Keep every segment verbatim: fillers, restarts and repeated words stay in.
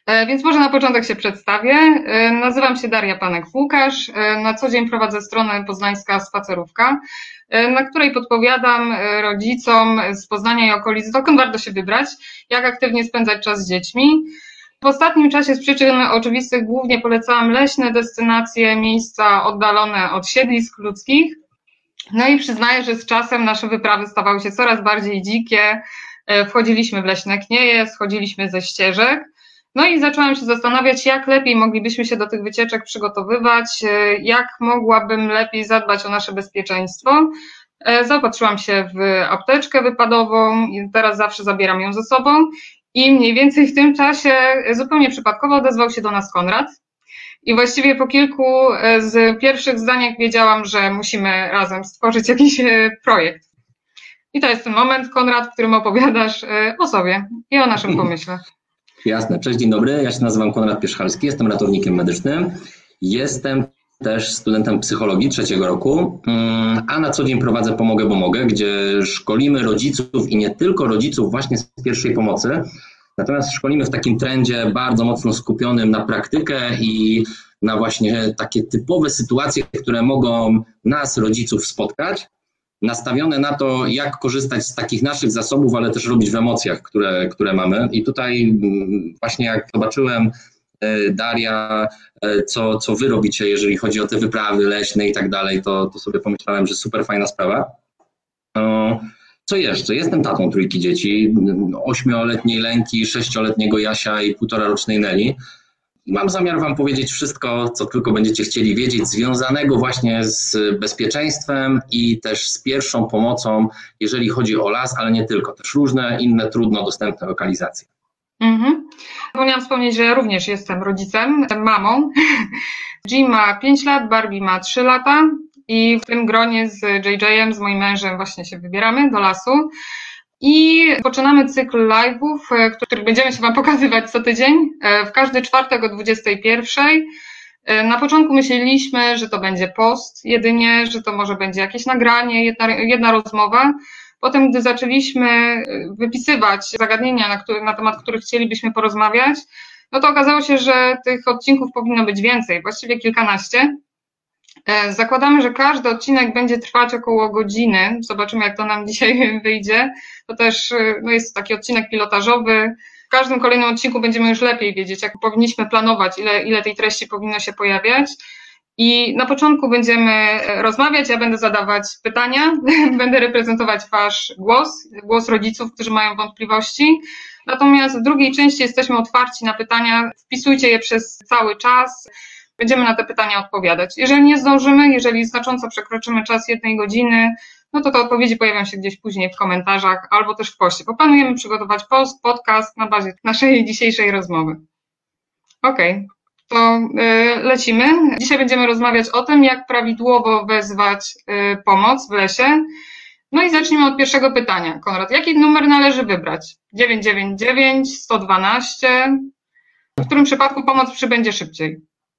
Więc może na początek się przedstawię. Nazywam się Daria Panek-Łukasz. Na co dzień prowadzę stronę Poznańska Spacerówka, na której podpowiadam rodzicom z Poznania i okolic, dokąd warto się wybrać, jak aktywnie spędzać czas z dziećmi. W ostatnim czasie z przyczyn oczywistych głównie polecałam leśne destynacje, miejsca oddalone od siedlisk ludzkich. No i przyznaję, że z czasem nasze wyprawy stawały się coraz bardziej dzikie. Wchodziliśmy w leśne knieje, schodziliśmy ze ścieżek. No i zaczęłam się zastanawiać, jak lepiej moglibyśmy się do tych wycieczek przygotowywać, jak mogłabym lepiej zadbać o nasze bezpieczeństwo. Zaopatrzyłam się w apteczkę wypadową i teraz zawsze zabieram ją ze sobą. I mniej więcej w tym czasie zupełnie przypadkowo odezwał się do nas Konrad. I właściwie po kilku z pierwszych zdaniach wiedziałam, że musimy razem stworzyć jakiś projekt. I to jest ten moment, Konrad, w którym opowiadasz o sobie i o naszym pomyśle. Jasne. Cześć, dzień dobry. Ja się nazywam Konrad Pierzchalski, jestem ratownikiem medycznym. Jestem też studentem psychologii trzeciego roku, a na co dzień prowadzę Pomogę, bo mogę, gdzie szkolimy rodziców i nie tylko rodziców właśnie z pierwszej pomocy, natomiast szkolimy w takim trendzie bardzo mocno skupionym na praktykę i na właśnie takie typowe sytuacje, które mogą nas, rodziców, spotkać, nastawione na to, jak korzystać z takich naszych zasobów, ale też robić w emocjach, które, które mamy. I tutaj właśnie jak zobaczyłem, Daria, co, co wy robicie, jeżeli chodzi o te wyprawy leśne i tak dalej, to, to sobie pomyślałem, że super fajna sprawa. Co jeszcze? Jestem tatą trójki dzieci, ośmioletniej Lenki, sześcioletniego Jasia i półtorarocznej Neli. I mam zamiar wam powiedzieć wszystko, co tylko będziecie chcieli wiedzieć, związanego właśnie z bezpieczeństwem i też z pierwszą pomocą, jeżeli chodzi o las, ale nie tylko, też różne inne trudno dostępne lokalizacje. Mhm. Zapomniałam wspomnieć, że ja również jestem rodzicem, mamą. Jim ma pięć lat, Barbie ma trzy lata i w tym gronie z J J-em, z moim mężem właśnie się wybieramy do lasu. I poczynamy cykl live'ów, których będziemy się wam pokazywać co tydzień, w każdy czwartek o dwudziestej pierwszej. Na początku myśleliśmy, że to będzie post jedynie, że to może będzie jakieś nagranie, jedna, jedna rozmowa. Potem, gdy zaczęliśmy wypisywać zagadnienia, na, który, na temat których chcielibyśmy porozmawiać, no to okazało się, że tych odcinków powinno być więcej, właściwie kilkanaście. Zakładamy, że każdy odcinek będzie trwać około godziny. Zobaczymy, jak to nam dzisiaj wyjdzie. To też no jest taki odcinek pilotażowy. W każdym kolejnym odcinku będziemy już lepiej wiedzieć, jak powinniśmy planować, ile, ile tej treści powinno się pojawiać. I na początku będziemy rozmawiać, ja będę zadawać pytania, będę reprezentować wasz głos, głos rodziców, którzy mają wątpliwości. Natomiast w drugiej części jesteśmy otwarci na pytania, wpisujcie je przez cały czas. Będziemy na te pytania odpowiadać. Jeżeli nie zdążymy, jeżeli znacząco przekroczymy czas jednej godziny, no to te odpowiedzi pojawią się gdzieś później w komentarzach albo też w poście, bo planujemy przygotować post, podcast na bazie naszej dzisiejszej rozmowy. Okej, okay, to y, lecimy. Dzisiaj będziemy rozmawiać o tym, jak prawidłowo wezwać y, pomoc w lesie. No i zacznijmy od pierwszego pytania. Konrad, jaki numer należy wybrać? dziewięć dziewięć dziewięć, sto dwanaście. W którym przypadku pomoc przybędzie szybciej?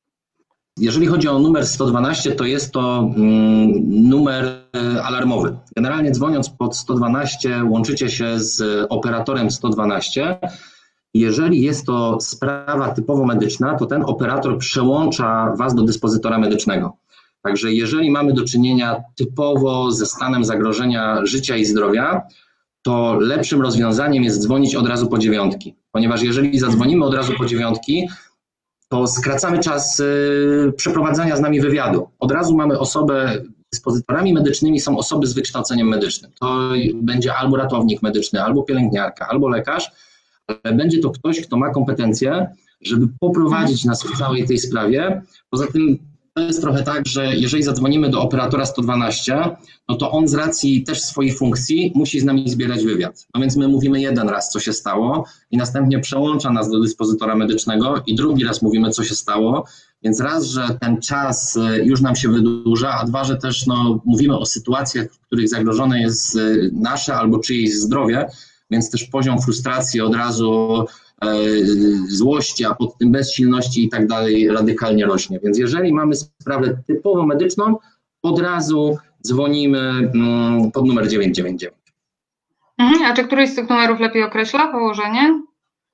Jeżeli chodzi o numer sto dwanaście, to jest to numer alarmowy. Generalnie dzwoniąc pod sto dwanaście, łączycie się z operatorem sto dwanaście. Jeżeli jest to sprawa typowo medyczna, to ten operator przełącza was do dyspozytora medycznego. Także jeżeli mamy do czynienia typowo ze stanem zagrożenia życia i zdrowia, to lepszym rozwiązaniem jest dzwonić od razu po dziewiątki. Ponieważ jeżeli zadzwonimy od razu po dziewiątki, to skracamy czas y, przeprowadzania z nami wywiadu. Od razu mamy osobę, dyspozytorami medycznymi są osoby z wykształceniem medycznym. To będzie albo ratownik medyczny, albo pielęgniarka, albo lekarz, ale będzie to ktoś, kto ma kompetencje, żeby poprowadzić nas w całej tej sprawie. Poza tym to jest trochę tak, że jeżeli zadzwonimy do operatora sto dwanaście, no to on z racji też swojej funkcji musi z nami zbierać wywiad. No więc my mówimy jeden raz, co się stało i następnie przełącza nas do dyspozytora medycznego i drugi raz mówimy, co się stało. Więc raz, że ten czas już nam się wydłuża, a dwa, że też no, mówimy o sytuacjach, w których zagrożone jest nasze albo czyjeś zdrowie, więc też poziom frustracji od razu, e, złości, a pod tym bezsilności i tak dalej radykalnie rośnie. Więc jeżeli mamy sprawę typowo medyczną, od razu dzwonimy mm, pod numer dziewięć dziewięć dziewięć. Mhm, a czy któryś z tych numerów lepiej określa położenie?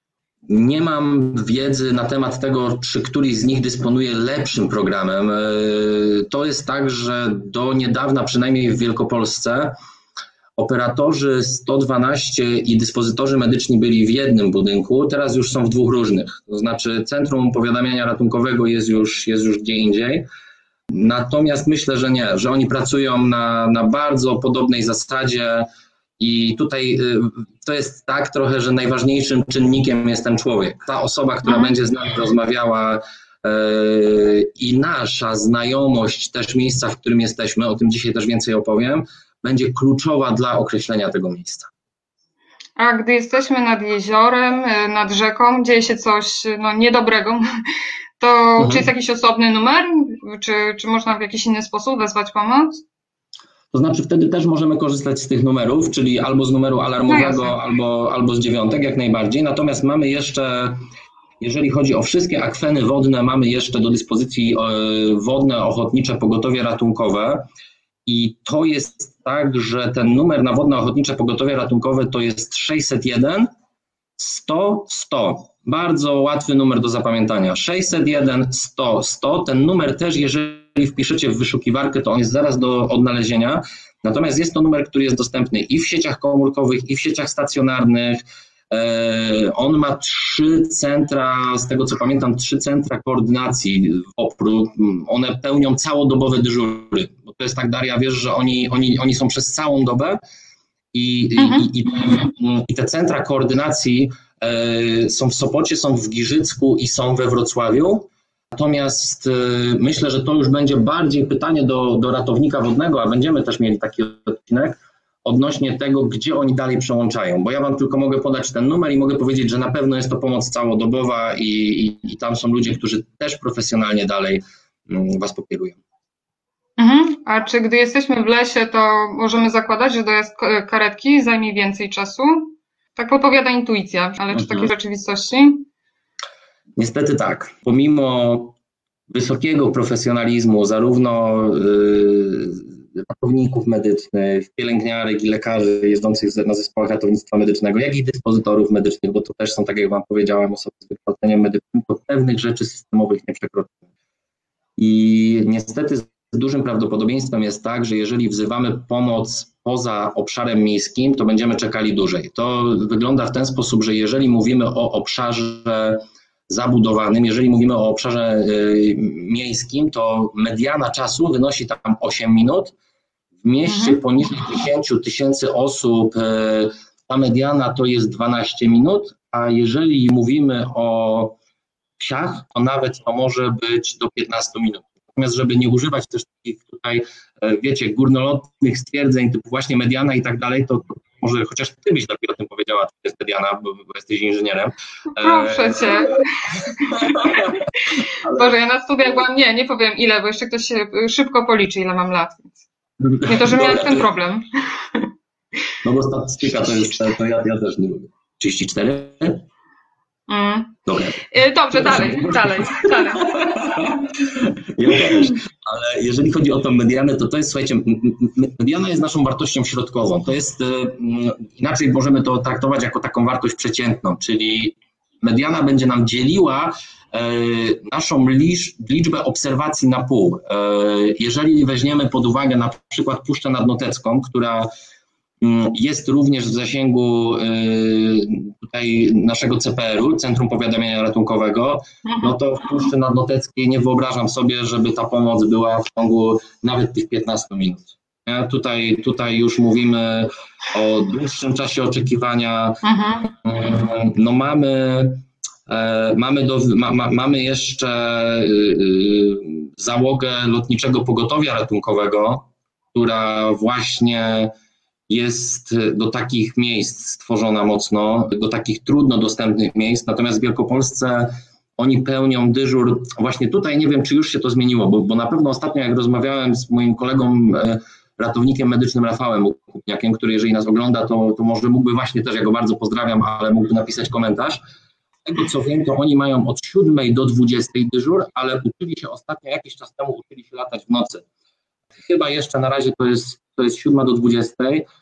Nie mam wiedzy na temat tego, czy któryś z nich dysponuje lepszym programem. To jest tak, że do niedawna, przynajmniej w Wielkopolsce, operatorzy sto dwanaście i dyspozytorzy medyczni byli w jednym budynku, teraz już są w dwóch różnych. To znaczy Centrum Powiadamiania Ratunkowego jest już, jest już gdzie indziej. Natomiast myślę, że nie, że oni pracują na, na bardzo podobnej zasadzie i tutaj to jest tak trochę, że najważniejszym czynnikiem jest ten człowiek. Ta osoba, która mhm. będzie z nami rozmawiała yy, i nasza znajomość też miejsca, w którym jesteśmy, o tym dzisiaj też więcej opowiem, będzie kluczowa dla określenia tego miejsca. A gdy jesteśmy nad jeziorem, nad rzeką, dzieje się coś no, niedobrego, to mhm. czy jest jakiś osobny numer? Czy, czy można w jakiś inny sposób wezwać pomoc? To znaczy wtedy też możemy korzystać z tych numerów, czyli albo z numeru alarmowego, no albo, albo z dziewiątek, jak najbardziej. Natomiast mamy jeszcze, jeżeli chodzi o wszystkie akweny wodne, mamy jeszcze do dyspozycji wodne, ochotnicze pogotowie ratunkowe. I to jest tak, że ten numer na wodne ochotnicze pogotowie ratunkowe to jest sześćset jeden sto sto. Bardzo łatwy numer do zapamiętania. sześćset jeden sto sto. Ten numer też, jeżeli wpiszecie w wyszukiwarkę, to on jest zaraz do odnalezienia. Natomiast jest to numer, który jest dostępny i w sieciach komórkowych, i w sieciach stacjonarnych. On ma trzy centra, z tego co pamiętam, trzy centra koordynacji w Opru. One pełnią całodobowe dyżury. Bo to jest tak, Daria, wiesz, że oni, oni, oni są przez całą dobę i, mhm. i, i, i te centra koordynacji są w Sopocie, są w Giżycku i są we Wrocławiu. Natomiast myślę, że to już będzie bardziej pytanie do, do ratownika wodnego, a będziemy też mieli taki odcinek odnośnie tego, gdzie oni dalej przełączają, bo ja wam tylko mogę podać ten numer i mogę powiedzieć, że na pewno jest to pomoc całodobowa i, i, i tam są ludzie, którzy też profesjonalnie dalej was pokierują. Mhm. A czy gdy jesteśmy w lesie, to możemy zakładać, że dojazd karetki zajmie więcej czasu? Tak podpowiada intuicja, ale mhm. czy takie rzeczywistości? Niestety tak. Pomimo wysokiego profesjonalizmu zarówno yy, ratowników medycznych, pielęgniarek i lekarzy jeżdżących na zespołach ratownictwa medycznego, jak i dyspozytorów medycznych, bo to też są, tak jak wam powiedziałem, osoby z wykształceniem medycznym, to pewnych rzeczy systemowych nie przekroczymy. I niestety z dużym prawdopodobieństwem jest tak, że jeżeli wzywamy pomoc poza obszarem miejskim, to będziemy czekali dłużej. To wygląda w ten sposób, że jeżeli mówimy o obszarze zabudowanym, jeżeli mówimy o obszarze y, miejskim, to mediana czasu wynosi tam osiem minut. W mieście mhm. poniżej dziesięć tysięcy osób y, ta mediana to jest dwanaście minut, a jeżeli mówimy o wsiach, to nawet to może być do piętnaście minut. Natomiast żeby nie używać też takich tutaj, wiecie, górnolotnych stwierdzeń typu właśnie mediana i tak dalej, to, to może chociaż ty byś lepiej o tym powiedziała, co to jest mediana, bo, bo jesteś inżynierem. Proszę cię. Boże, ja na studiach byłam, nie, nie powiem ile, bo jeszcze ktoś się szybko policzy, ile mam lat. Więc nie to, że miałem ten problem. No bo statystyka to jest, to ja, ja też nie lubię. trzydzieści cztery? Mm. Dobra. Dobrze, dalej, dalej, dalej. Ja też, ale jeżeli chodzi o tą medianę, to to jest, słuchajcie, mediana jest naszą wartością środkową. To jest, inaczej możemy to traktować jako taką wartość przeciętną, czyli mediana będzie nam dzieliła naszą liczbę obserwacji na pół. Jeżeli weźmiemy pod uwagę na przykład Puszczę Nadnotecką, która jest również w zasięgu tutaj naszego C P R-u, Centrum Powiadamiania Ratunkowego, no to w Puszczy Nadnoteckiej nie wyobrażam sobie, żeby ta pomoc była w ciągu nawet tych piętnastu minut. Ja tutaj, tutaj już mówimy o dłuższym czasie oczekiwania. Mhm. No mamy, mamy, do, ma, ma, mamy jeszcze załogę Lotniczego Pogotowia Ratunkowego, która właśnie jest do takich miejsc stworzona mocno, do takich trudno dostępnych miejsc, natomiast w Wielkopolsce oni pełnią dyżur. Właśnie tutaj nie wiem, czy już się to zmieniło, bo, bo na pewno ostatnio jak rozmawiałem z moim kolegą ratownikiem medycznym Rafałem Kupniakiem, który jeżeli nas ogląda, to, to może mógłby właśnie też, ja go bardzo pozdrawiam, ale mógłby napisać komentarz. Z tego co wiem, to oni mają od siódmej do dwudziestej dyżur, ale uczyli się ostatnio, jakiś czas temu uczyli się latać w nocy. Chyba jeszcze na razie to jest, to jest siódma do dwudziestej.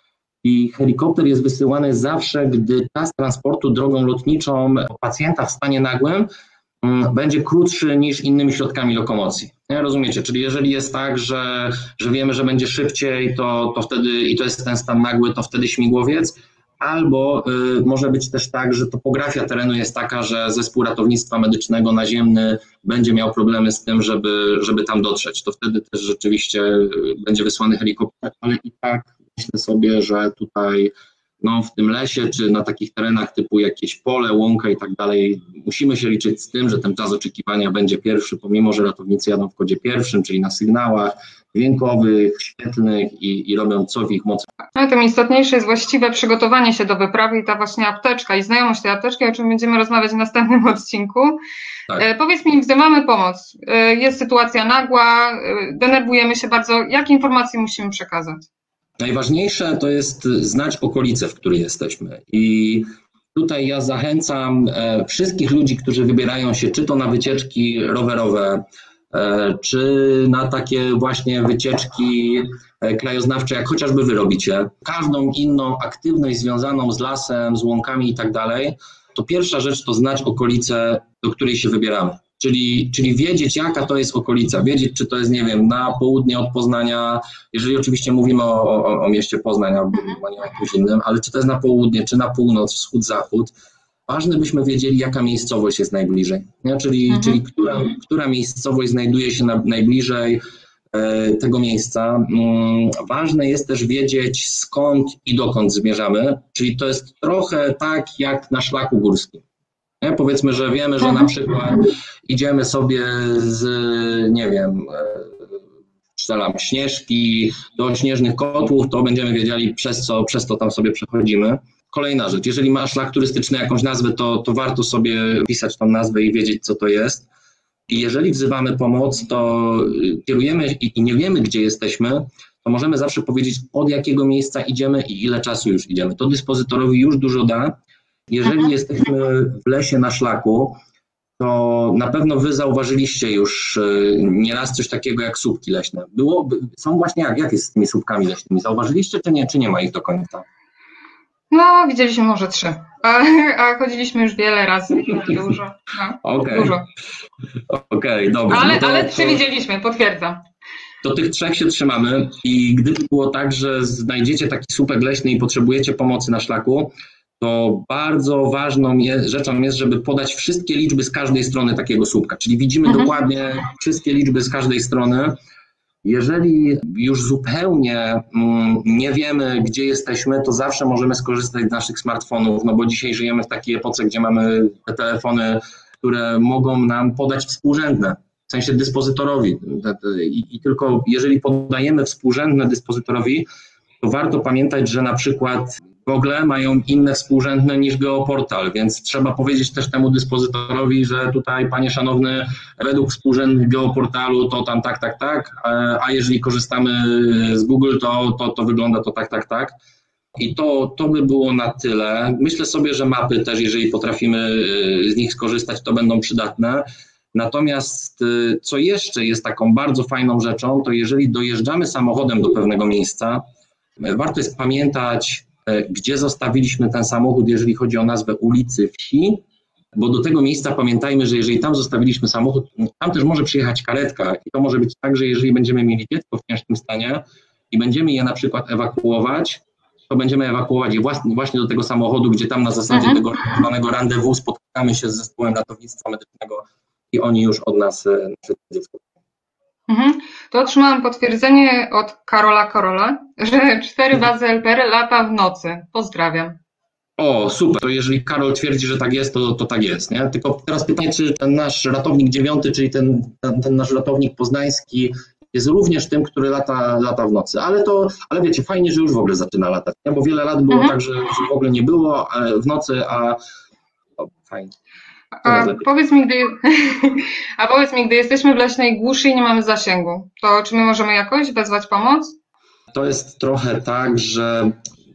I helikopter jest wysyłany zawsze, gdy czas transportu drogą lotniczą pacjenta w stanie nagłym będzie krótszy niż innymi środkami lokomocji. Nie, rozumiecie? Czyli jeżeli jest tak, że, że wiemy, że będzie szybciej, to, to wtedy, i to jest ten stan nagły, to wtedy śmigłowiec, albo y, może być też tak, że topografia terenu jest taka, że zespół ratownictwa medycznego naziemny będzie miał problemy z tym, żeby, żeby tam dotrzeć. To wtedy też rzeczywiście będzie wysłany helikopter, ale i tak myślę sobie, że tutaj no, w tym lesie, czy na takich terenach typu jakieś pole, łąka i tak dalej, musimy się liczyć z tym, że ten czas oczekiwania będzie pierwszy, pomimo że ratownicy jadą w kodzie pierwszym, czyli na sygnałach dźwiękowych, świetlnych i, i robią co w ich mocy. No, tym istotniejsze jest właściwe przygotowanie się do wyprawy i ta właśnie apteczka i znajomość tej apteczki, o czym będziemy rozmawiać w następnym odcinku. Tak. E, powiedz mi, gdy mamy pomoc, e, jest sytuacja nagła, e, denerwujemy się bardzo, jakie informacje musimy przekazać? Najważniejsze to jest znać okolice, w której jesteśmy. I tutaj ja zachęcam wszystkich ludzi, którzy wybierają się czy to na wycieczki rowerowe, czy na takie właśnie wycieczki krajoznawcze, jak chociażby wy robicie, każdą inną aktywność związaną z lasem, z łąkami i tak dalej, to pierwsza rzecz to znać okolice, do której się wybieramy. Czyli, czyli wiedzieć, jaka to jest okolica, wiedzieć, czy to jest, nie wiem, na południe od Poznania, jeżeli oczywiście mówimy o, o, o mieście Poznań, bo nie o czymś innym, ale czy to jest na południe, czy na północ, wschód, zachód. Ważne, byśmy wiedzieli, jaka miejscowość jest najbliżej, nie? Czyli, mhm. czyli która, która miejscowość znajduje się na, najbliżej e, tego miejsca. Mm, ważne jest też wiedzieć, skąd i dokąd zmierzamy, czyli to jest trochę tak, jak na szlaku górskim. Nie? Powiedzmy, że wiemy, że na przykład idziemy sobie z, nie wiem, strzelam Śnieżki do Śnieżnych Kotłów, to będziemy wiedzieli, przez co, przez co tam sobie przechodzimy. Kolejna rzecz, jeżeli ma szlak turystyczny jakąś nazwę, to, to warto sobie pisać tą nazwę i wiedzieć, co to jest. I jeżeli wzywamy pomoc, to kierujemy i, i nie wiemy, gdzie jesteśmy, to możemy zawsze powiedzieć, od jakiego miejsca idziemy i ile czasu już idziemy. To dyspozytorowi już dużo da. Jeżeli Aha. jesteśmy w lesie na szlaku, to na pewno wy zauważyliście już nieraz coś takiego jak słupki leśne. Było, są właśnie jak, jak jest z tymi słupkami leśnymi? Zauważyliście, czy nie, czy nie ma ich do końca? No, widzieliśmy może trzy, a, a chodziliśmy już wiele razy, dużo. No, Okej, okay. okay, dobrze. Ale, no to, ale trzy to... widzieliśmy, potwierdzam. To tych trzech się trzymamy i gdyby było tak, że znajdziecie taki słupek leśny i potrzebujecie pomocy na szlaku, to bardzo ważną jest, rzeczą jest, żeby podać wszystkie liczby z każdej strony takiego słupka, czyli widzimy mhm. dokładnie wszystkie liczby z każdej strony. Jeżeli już zupełnie mm, nie wiemy, gdzie jesteśmy, to zawsze możemy skorzystać z naszych smartfonów, no bo dzisiaj żyjemy w takiej epoce, gdzie mamy te telefony, które mogą nam podać współrzędne, w sensie dyspozytorowi. I, i tylko jeżeli podajemy współrzędne dyspozytorowi, to warto pamiętać, że na przykład Google mają inne współrzędne niż Geoportal, więc trzeba powiedzieć też temu dyspozytorowi, że tutaj, panie szanowny, według współrzędnych Geoportalu to tam tak, tak, tak, a jeżeli korzystamy z Google, to, to, to wygląda to tak, tak, tak. I to, to by było na tyle. Myślę sobie, że mapy też, jeżeli potrafimy z nich skorzystać, to będą przydatne. Natomiast co jeszcze jest taką bardzo fajną rzeczą, to jeżeli dojeżdżamy samochodem do pewnego miejsca, warto jest pamiętać, gdzie zostawiliśmy ten samochód, jeżeli chodzi o nazwę ulicy, wsi, bo do tego miejsca pamiętajmy, że jeżeli tam zostawiliśmy samochód, tam też może przyjechać karetka i to może być tak, że jeżeli będziemy mieli dziecko w ciężkim stanie i będziemy je na przykład ewakuować, to będziemy ewakuować je właśnie do tego samochodu, gdzie tam na zasadzie mhm. tego zwanego rendezvous spotkamy się z zespołem ratownictwa medycznego i oni już od nas nasze dziecko. Mhm. To otrzymałam potwierdzenie od Karola Karola, że cztery bazy L P R lata w nocy. Pozdrawiam. O, super. To jeżeli Karol twierdzi, że tak jest, to, to tak jest, nie? Tylko teraz pytanie, czy ten nasz ratownik dziewiąty, czyli ten, ten, ten nasz ratownik poznański jest również tym, który lata, lata w nocy. Ale to, ale wiecie, fajnie, że już w ogóle zaczyna latać, nie? Bo wiele lat było mhm. tak, że, że w ogóle nie było w nocy, a o, fajnie. A powiedz mi, gdy, a powiedz mi, gdy jesteśmy w leśnej głuszy i nie mamy zasięgu, to czy my możemy jakoś wezwać pomoc? To jest trochę tak, że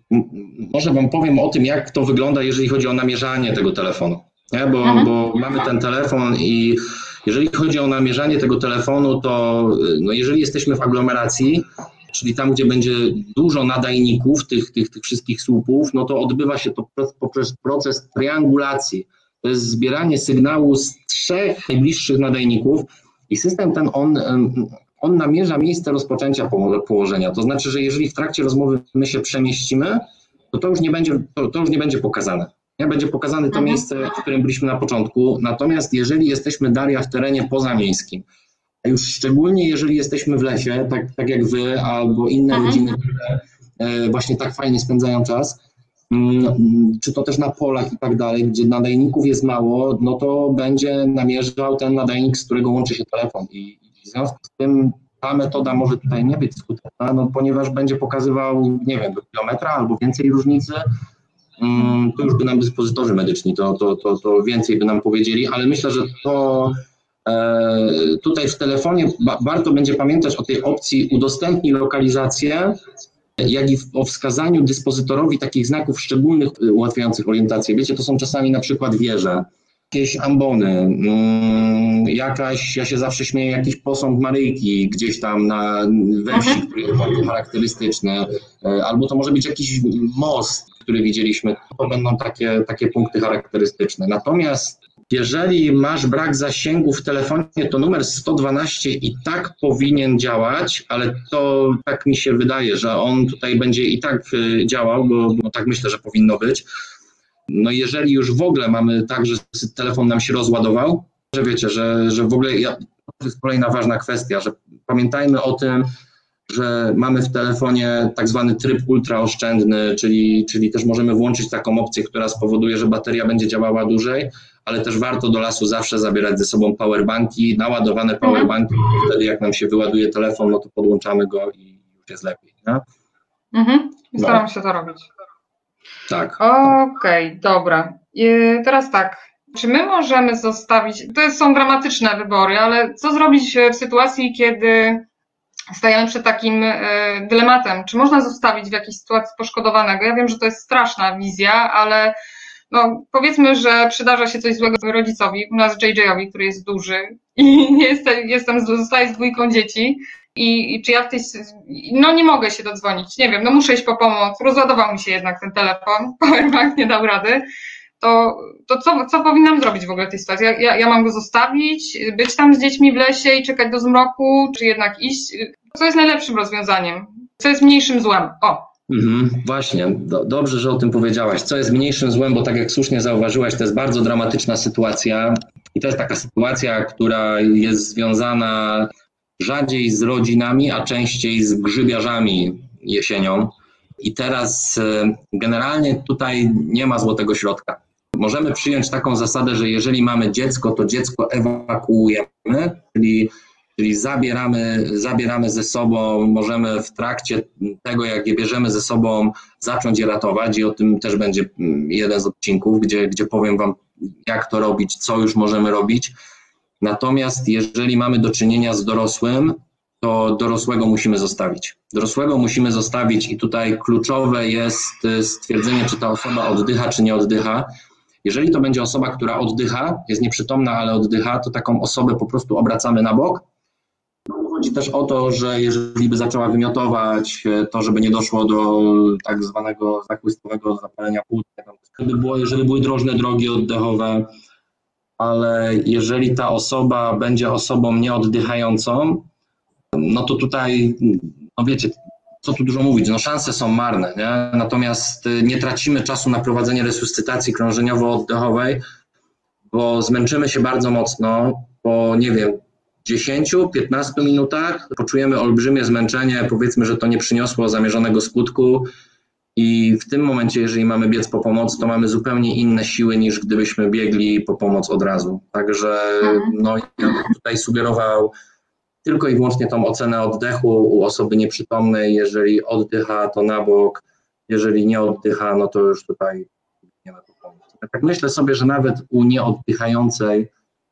może wam powiem o tym, jak to wygląda, jeżeli chodzi o namierzanie tego telefonu. Nie? Bo, mhm. bo mamy ten telefon i jeżeli chodzi o namierzanie tego telefonu, to no jeżeli jesteśmy w aglomeracji, czyli tam, gdzie będzie dużo nadajników, tych, tych, tych wszystkich słupów, no to odbywa się to poprzez proces triangulacji. To jest zbieranie sygnału z trzech najbliższych nadajników i system ten, on, on namierza miejsce rozpoczęcia położenia. To znaczy, że jeżeli w trakcie rozmowy my się przemieścimy, to to już nie będzie, to, to już nie będzie pokazane. Nie? Będzie pokazane to mhm. miejsce, w którym byliśmy na początku. Natomiast jeżeli jesteśmy, Daria, w terenie pozamiejskim, a już szczególnie jeżeli jesteśmy w lesie, tak, tak jak wy, albo inne mhm. rodziny, które właśnie tak fajnie spędzają czas, czy to też na polach i tak dalej, gdzie nadajników jest mało, no to będzie namierzał ten nadajnik, z którego łączy się telefon. I w związku z tym ta metoda może tutaj nie być skuteczna, no, ponieważ będzie pokazywał, nie wiem, do kilometra albo więcej różnicy. To już by nam dyspozytorzy medyczni to, to, to, to więcej by nam powiedzieli, ale myślę, że to e, tutaj w telefonie ba, warto będzie pamiętać o tej opcji udostępnij lokalizację, jak i o wskazaniu dyspozytorowi takich znaków szczególnych ułatwiających orientację. Wiecie, to są czasami na przykład wieże, jakieś ambony, jakaś, ja się zawsze śmieję, jakiś posąg Maryjki gdzieś tam na we wsi, który jest bardzo charakterystyczny, albo to może być jakiś most, który widzieliśmy. To będą takie, takie punkty charakterystyczne. Natomiast jeżeli masz brak zasięgu w telefonie, to numer sto dwanaście i tak powinien działać, ale to tak mi się wydaje, że on tutaj będzie i tak działał, bo, bo tak myślę, że powinno być. No jeżeli już w ogóle mamy tak, że telefon nam się rozładował, że wiecie, że, że w ogóle ja, to jest kolejna ważna kwestia, że pamiętajmy o tym, że mamy w telefonie tak zwany tryb ultraoszczędny, czyli, czyli też możemy włączyć taką opcję, która spowoduje, że bateria będzie działała dłużej, ale też warto do lasu zawsze zabierać ze sobą powerbanki, naładowane powerbanki, mhm. wtedy jak nam się wyładuje telefon, no to podłączamy go i już jest lepiej. Nie? Mhm. I staram no. się to robić. Tak. Okej, okay, dobra. I teraz tak, czy my możemy zostawić, to są dramatyczne wybory, ale co zrobić w sytuacji, kiedy stajemy przed takim dylematem, czy można zostawić w jakiejś sytuacji poszkodowanego? Ja wiem, że to jest straszna wizja, ale no, powiedzmy, że przydarza się coś złego rodzicowi, u nas J J-owi, który jest duży i jestem, jestem zostaję z dwójką dzieci i, i czy ja w tej, no nie mogę się dodzwonić, nie wiem, no muszę iść po pomoc, rozładował mi się jednak ten telefon, powerbank nie dał rady, to, to co, co powinnam zrobić w ogóle w tej sytuacji? Ja, ja, ja mam go zostawić, być tam z dziećmi w lesie i czekać do zmroku, czy jednak iść? Co jest najlepszym rozwiązaniem? Co jest mniejszym złem? O! Mhm, właśnie, do, dobrze, że o tym powiedziałaś. Co jest mniejszym złem, bo tak jak słusznie zauważyłaś, to jest bardzo dramatyczna sytuacja i to jest taka sytuacja, która jest związana rzadziej z rodzinami, a częściej z grzybiarzami jesienią i teraz generalnie tutaj nie ma złotego środka. Możemy przyjąć taką zasadę, że jeżeli mamy dziecko, to dziecko ewakuujemy, czyli Czyli zabieramy, zabieramy ze sobą, możemy w trakcie tego, jak je bierzemy ze sobą, zacząć je ratować i o tym też będzie jeden z odcinków, gdzie, gdzie powiem wam, jak to robić, co już możemy robić. Natomiast jeżeli mamy do czynienia z dorosłym, to dorosłego musimy zostawić. Dorosłego musimy zostawić i tutaj kluczowe jest stwierdzenie, czy ta osoba oddycha, czy nie oddycha. Jeżeli to będzie osoba, która oddycha, jest nieprzytomna, ale oddycha, to taką osobę po prostu obracamy na bok. Chodzi też o to, że jeżeli by zaczęła wymiotować, to żeby nie doszło do tak zwanego zakłystowego zapalenia płuc, żeby, było, jeżeli były drożne drogi oddechowe, ale jeżeli ta osoba będzie osobą nieoddychającą, no to tutaj, no wiecie, co tu dużo mówić, no szanse są marne, nie? Natomiast nie tracimy czasu na prowadzenie resuscytacji krążeniowo-oddechowej, bo zmęczymy się bardzo mocno, po nie wiem, dziesięciu do piętnastu minutach poczujemy olbrzymie zmęczenie, powiedzmy, że to nie przyniosło zamierzonego skutku i w tym momencie, jeżeli mamy biec po pomoc, to mamy zupełnie inne siły niż gdybyśmy biegli po pomoc od razu. Także no, ja bym tutaj sugerował tylko i wyłącznie tą ocenę oddechu u osoby nieprzytomnej. Jeżeli oddycha, to na bok, jeżeli nie oddycha, no to już tutaj nie ma to pomóc. Tak myślę sobie, że nawet u nieoddychającej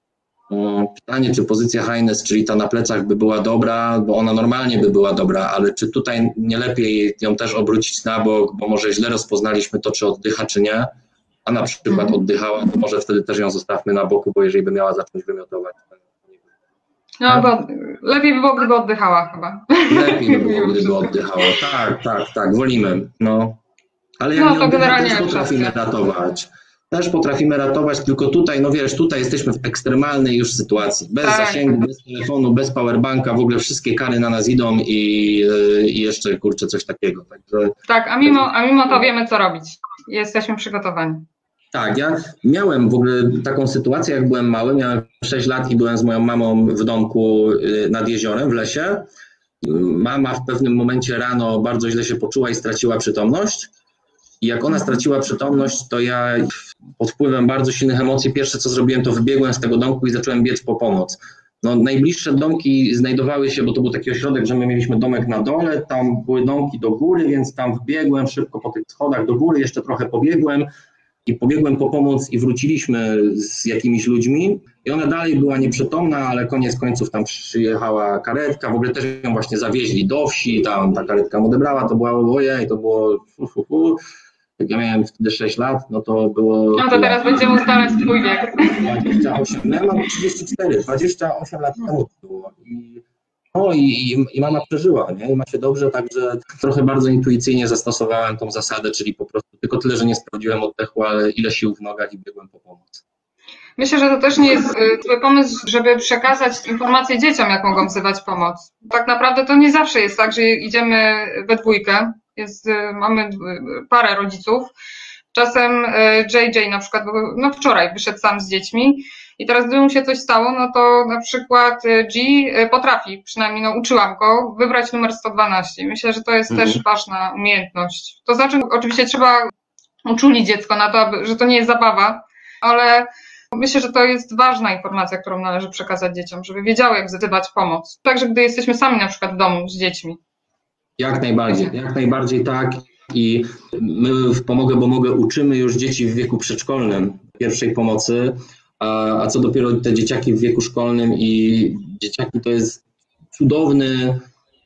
pytanie, czy pozycja Haines, czyli ta na plecach by była dobra, bo ona normalnie by była dobra, ale czy tutaj nie lepiej ją też obrócić na bok, bo może źle rozpoznaliśmy to, czy oddycha, czy nie, a na przykład oddychała, to może wtedy też ją zostawmy na boku, bo jeżeli by miała zacząć wymiotować, to nie wiem. No, bo lepiej by było, gdyby oddychała chyba. Lepiej by było, gdyby oddychała. Tak, tak, tak, wolimy. No. Ale jak No, nie to oddycha, generalnie też potrafimy kwestia. ratować. Też potrafimy ratować, tylko tutaj, no wiesz, tutaj jesteśmy w ekstremalnej już sytuacji. Bez Tak, zasięgu, tak. bez telefonu, bez powerbanka, w ogóle wszystkie kary na nas idą i, i jeszcze, kurczę, coś takiego. Także, Tak, a mimo, a mimo to wiemy, co robić. Jesteśmy przygotowani. tak, ja miałem w ogóle taką sytuację, jak byłem mały, miałem sześć lat i byłem z moją mamą w domku nad jeziorem w lesie. Mama w pewnym momencie rano bardzo źle się poczuła i straciła przytomność. I jak ona straciła przytomność, to ja pod wpływem bardzo silnych emocji pierwsze co zrobiłem, to wybiegłem z tego domku i zacząłem biec po pomoc. No, najbliższe domki znajdowały się, bo to był taki ośrodek, że my mieliśmy domek na dole, tam były domki do góry, więc tam wbiegłem szybko po tych schodach do góry, jeszcze trochę pobiegłem i pobiegłem po pomoc i wróciliśmy z jakimiś ludźmi i ona dalej była nieprzytomna, ale koniec końców tam przyjechała karetka, w ogóle też ją właśnie zawieźli do wsi, tam ta karetka ją odebrała, to była ojej, to było fu, fu, fu. Jak ja miałem wtedy sześć lat, no to było... No to teraz będziemy ustalać twój wiek. dwadzieścia osiem, no ja mam trzydzieści cztery, dwadzieścia osiem lat temu to było. I, no i, i, i mama przeżyła, nie? I ma się dobrze, także trochę bardzo intuicyjnie zastosowałem tą zasadę, czyli po prostu tylko tyle, że nie sprawdziłem oddechu, ale ile sił w nogach i biegłem po pomoc. Myślę, że to też nie jest twój pomysł, żeby przekazać informacje dzieciom, jak mogą wzywać pomoc. Tak naprawdę to nie zawsze jest tak, że idziemy we dwójkę. Jest, mamy parę rodziców. Czasem J J na przykład, no wczoraj wyszedł sam z dziećmi i teraz gdyby mu się coś stało, no to na przykład G potrafi, przynajmniej no uczyłam go, wybrać numer sto dwanaście. Myślę, że to jest mhm. też ważna umiejętność. To znaczy oczywiście trzeba uczulić dziecko na to, że to nie jest zabawa, ale myślę, że to jest ważna informacja, którą należy przekazać dzieciom, żeby wiedziały, jak wzywać pomoc. Także gdy jesteśmy sami na przykład w domu z dziećmi. Jak najbardziej, jak najbardziej tak i my w Pomogę, bo mogę uczymy już dzieci w wieku przedszkolnym pierwszej pomocy, a, a co dopiero te dzieciaki w wieku szkolnym i dzieciaki to jest cudowny,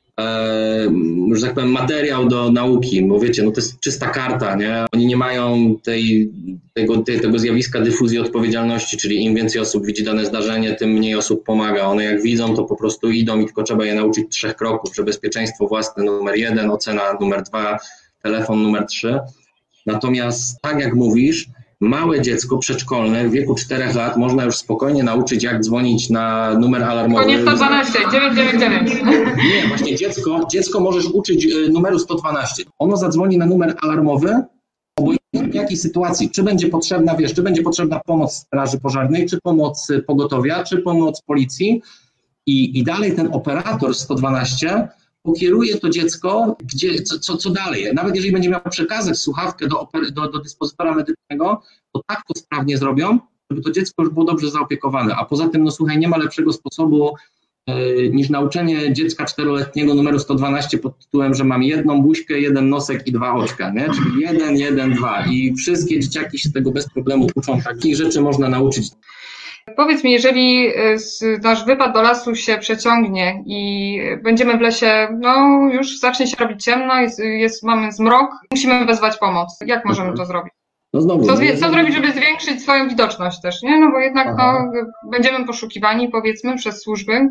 e, że tak powiem, materiał do nauki, bo wiecie, no to jest czysta karta, nie? Oni nie mają tej, tego, tej, tego zjawiska dyfuzji odpowiedzialności, czyli im więcej osób widzi dane zdarzenie, tym mniej osób pomaga. One jak widzą, to po prostu idą i tylko trzeba je nauczyć trzech kroków, że bezpieczeństwo własne numer jeden, ocena numer dwa, telefon numer trzy. Natomiast tak jak mówisz, małe dziecko przedszkolne w wieku czterech lat można już spokojnie nauczyć, jak dzwonić na numer alarmowy. To nie sto dwanaście, dziewięć dziewięć dziewięć. Nie, właśnie dziecko, dziecko możesz uczyć numeru sto dwanaście. Ono zadzwoni na numer alarmowy, obojętnie w jakiej sytuacji, czy będzie potrzebna, wiesz, czy będzie potrzebna pomoc straży pożarnej, czy pomoc pogotowia, czy pomoc policji i, i dalej ten operator sto dwanaście pokieruje to dziecko, gdzie, co, co, co dalej. Nawet jeżeli będzie miał przekazać słuchawkę do, do, do dyspozytora medycznego, to tak to sprawnie zrobią, żeby to dziecko już było dobrze zaopiekowane. A poza tym, no słuchaj, nie ma lepszego sposobu e, niż nauczenie dziecka czteroletniego numeru sto dwanaście pod tytułem, że mam jedną buźkę, jeden nosek i dwa oczka, nie? Czyli jeden, jeden, dwa. I wszystkie dzieciaki się tego bez problemu uczą. Takich rzeczy można nauczyć. Powiedz mi, jeżeli nasz wypad do lasu się przeciągnie i będziemy w lesie, no już zacznie się robić ciemno, jest, jest, mamy zmrok, musimy wezwać pomoc. Jak możemy mhm. to zrobić? No znowu, co, co zrobić, żeby zwiększyć swoją widoczność też, nie? No bo jednak no, będziemy poszukiwani, powiedzmy, przez służby.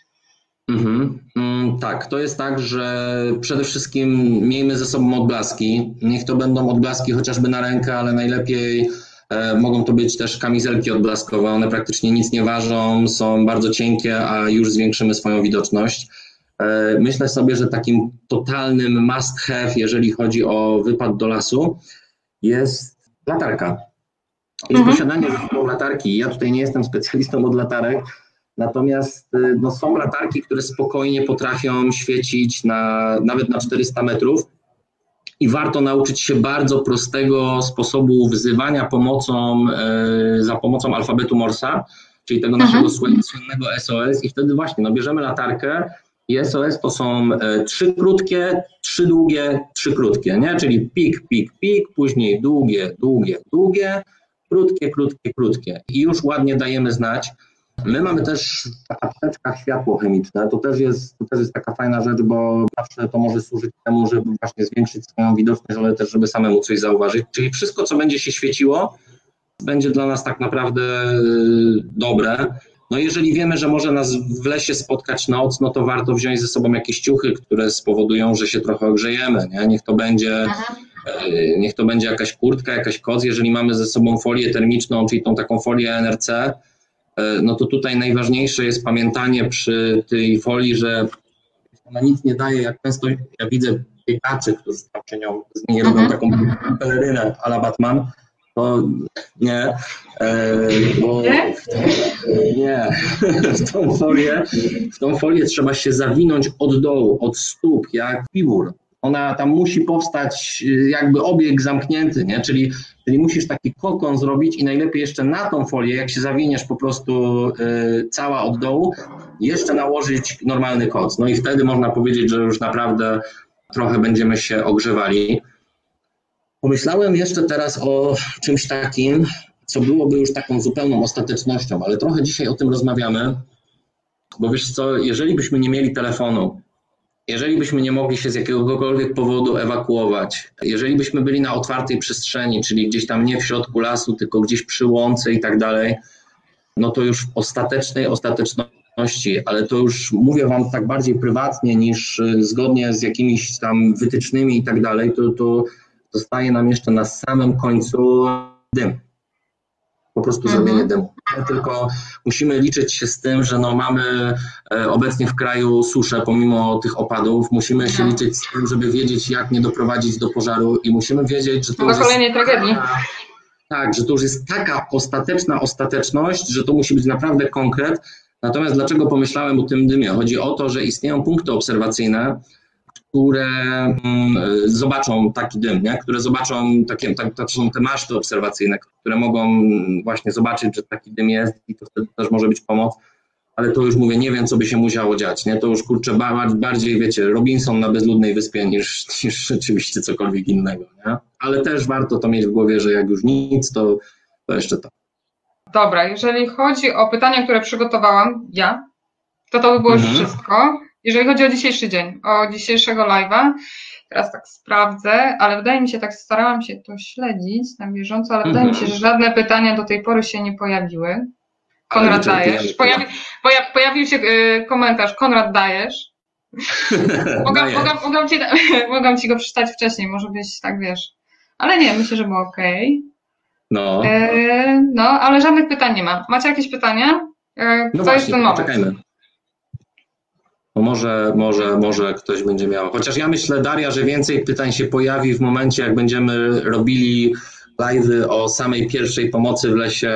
Mhm. Tak, to jest tak, że przede wszystkim miejmy ze sobą odblaski. Niech to będą odblaski chociażby na rękę, ale najlepiej mogą to być też kamizelki odblaskowe, one praktycznie nic nie ważą, są bardzo cienkie, a już zwiększymy swoją widoczność. Myślę sobie, że takim totalnym must have, jeżeli chodzi o wypad do lasu, jest latarka. Jest mhm. posiadanie ze sobą latarki. Ja tutaj nie jestem specjalistą od latarek, natomiast no, są latarki, które spokojnie potrafią świecić na, nawet na czterysta metrów. I warto nauczyć się bardzo prostego sposobu wzywania pomocą, e, za pomocą alfabetu Morsa, czyli tego naszego mhm. słynnego S O S i wtedy właśnie no, bierzemy latarkę i S O S to są e, trzy krótkie, trzy długie, trzy krótkie, nie? Czyli pik, pik, pik, później długie, długie, długie, krótkie, krótkie, krótkie i już ładnie dajemy znać. My mamy też w apteczkach światło chemiczne, to też jest, to też jest taka fajna rzecz, bo zawsze to może służyć temu, żeby właśnie zwiększyć swoją widoczność, ale też żeby samemu coś zauważyć. Czyli wszystko, co będzie się świeciło, będzie dla nas tak naprawdę dobre. No jeżeli wiemy, że może nas w lesie spotkać noc, no to warto wziąć ze sobą jakieś ciuchy, które spowodują, że się trochę ogrzejemy, nie? Niech to będzie, Aha. niech to będzie jakaś kurtka, jakaś koc. Jeżeli mamy ze sobą folię termiczną, czyli tą taką folię N R C, no to tutaj najważniejsze jest pamiętanie przy tej folii, że ona nic nie daje, jak często ja widzę biegaczy, którzy tam czynią, z niej robią taką pelerynę a la Batman, to nie, e, bo nie, w tą folię, w tą folię trzeba się zawinąć od dołu, od stóp, jak piwór. Ona tam musi powstać jakby obieg zamknięty, nie? Czyli, czyli musisz taki kokon zrobić i najlepiej jeszcze na tą folię, jak się zawiniesz po prostu y, cała od dołu, jeszcze nałożyć normalny koc. No i wtedy można powiedzieć, że już naprawdę trochę będziemy się ogrzewali. Pomyślałem jeszcze teraz o czymś takim, co byłoby już taką zupełną ostatecznością, ale trochę dzisiaj o tym rozmawiamy, bo wiesz co, jeżeli byśmy nie mieli telefonu, jeżeli byśmy nie mogli się z jakiegokolwiek powodu ewakuować, jeżeli byśmy byli na otwartej przestrzeni, czyli gdzieś tam nie w środku lasu, tylko gdzieś przy łące i tak dalej, no to już w ostatecznej ostateczności, ale to już mówię wam tak bardziej prywatnie niż zgodnie z jakimiś tam wytycznymi i tak dalej, to, to zostaje nam jeszcze na samym końcu dym. Po prostu mhm. zrobienie dymu. Tylko musimy liczyć się z tym, że no mamy obecnie w kraju suszę pomimo tych opadów. Musimy mhm. się liczyć z tym, żeby wiedzieć, jak nie doprowadzić do pożaru i musimy wiedzieć, że to do już kolejnej jest tragedii. Taka, tak, że to już jest taka ostateczna ostateczność, że to musi być naprawdę konkret. Natomiast dlaczego pomyślałem o tym dymie? Chodzi o to, że istnieją punkty obserwacyjne, które mm, zobaczą taki dym, nie? Które zobaczą, takie, tak, to są te maszty obserwacyjne, które mogą właśnie zobaczyć, że taki dym jest i to wtedy też może być pomoc, ale to już mówię, nie wiem, co by się musiało dziać, nie? To już kurczę bardziej, wiecie, Robinson na bezludnej wyspie niż, niż rzeczywiście cokolwiek innego, nie? Ale też warto to mieć w głowie, że jak już nic, to, to jeszcze to. Dobra, jeżeli chodzi o pytania, które przygotowałam ja, to to by było mhm. już wszystko. Jeżeli chodzi o dzisiejszy dzień, o dzisiejszego live'a, teraz tak sprawdzę, ale wydaje mi się, tak starałam się to śledzić na bieżąco, ale wydaje mi się, że żadne pytania do tej pory się nie pojawiły. Konrad dajesz. Pojawi, pojawi, pojawił się y, komentarz, Konrad dajesz. Mogę, mogę, mogę, ci, mogę ci go przeczytać wcześniej, może być tak, wiesz. Ale nie, myślę, że było okej. Okay. No. Y, no, ale żadnych pytań nie ma. Macie jakieś pytania? Y, no to właśnie, jest ten moment. Poczekajmy. No może, może, może ktoś będzie miał. Chociaż ja myślę, Daria, że więcej pytań się pojawi w momencie, jak będziemy robili live'y o samej pierwszej pomocy w lesie,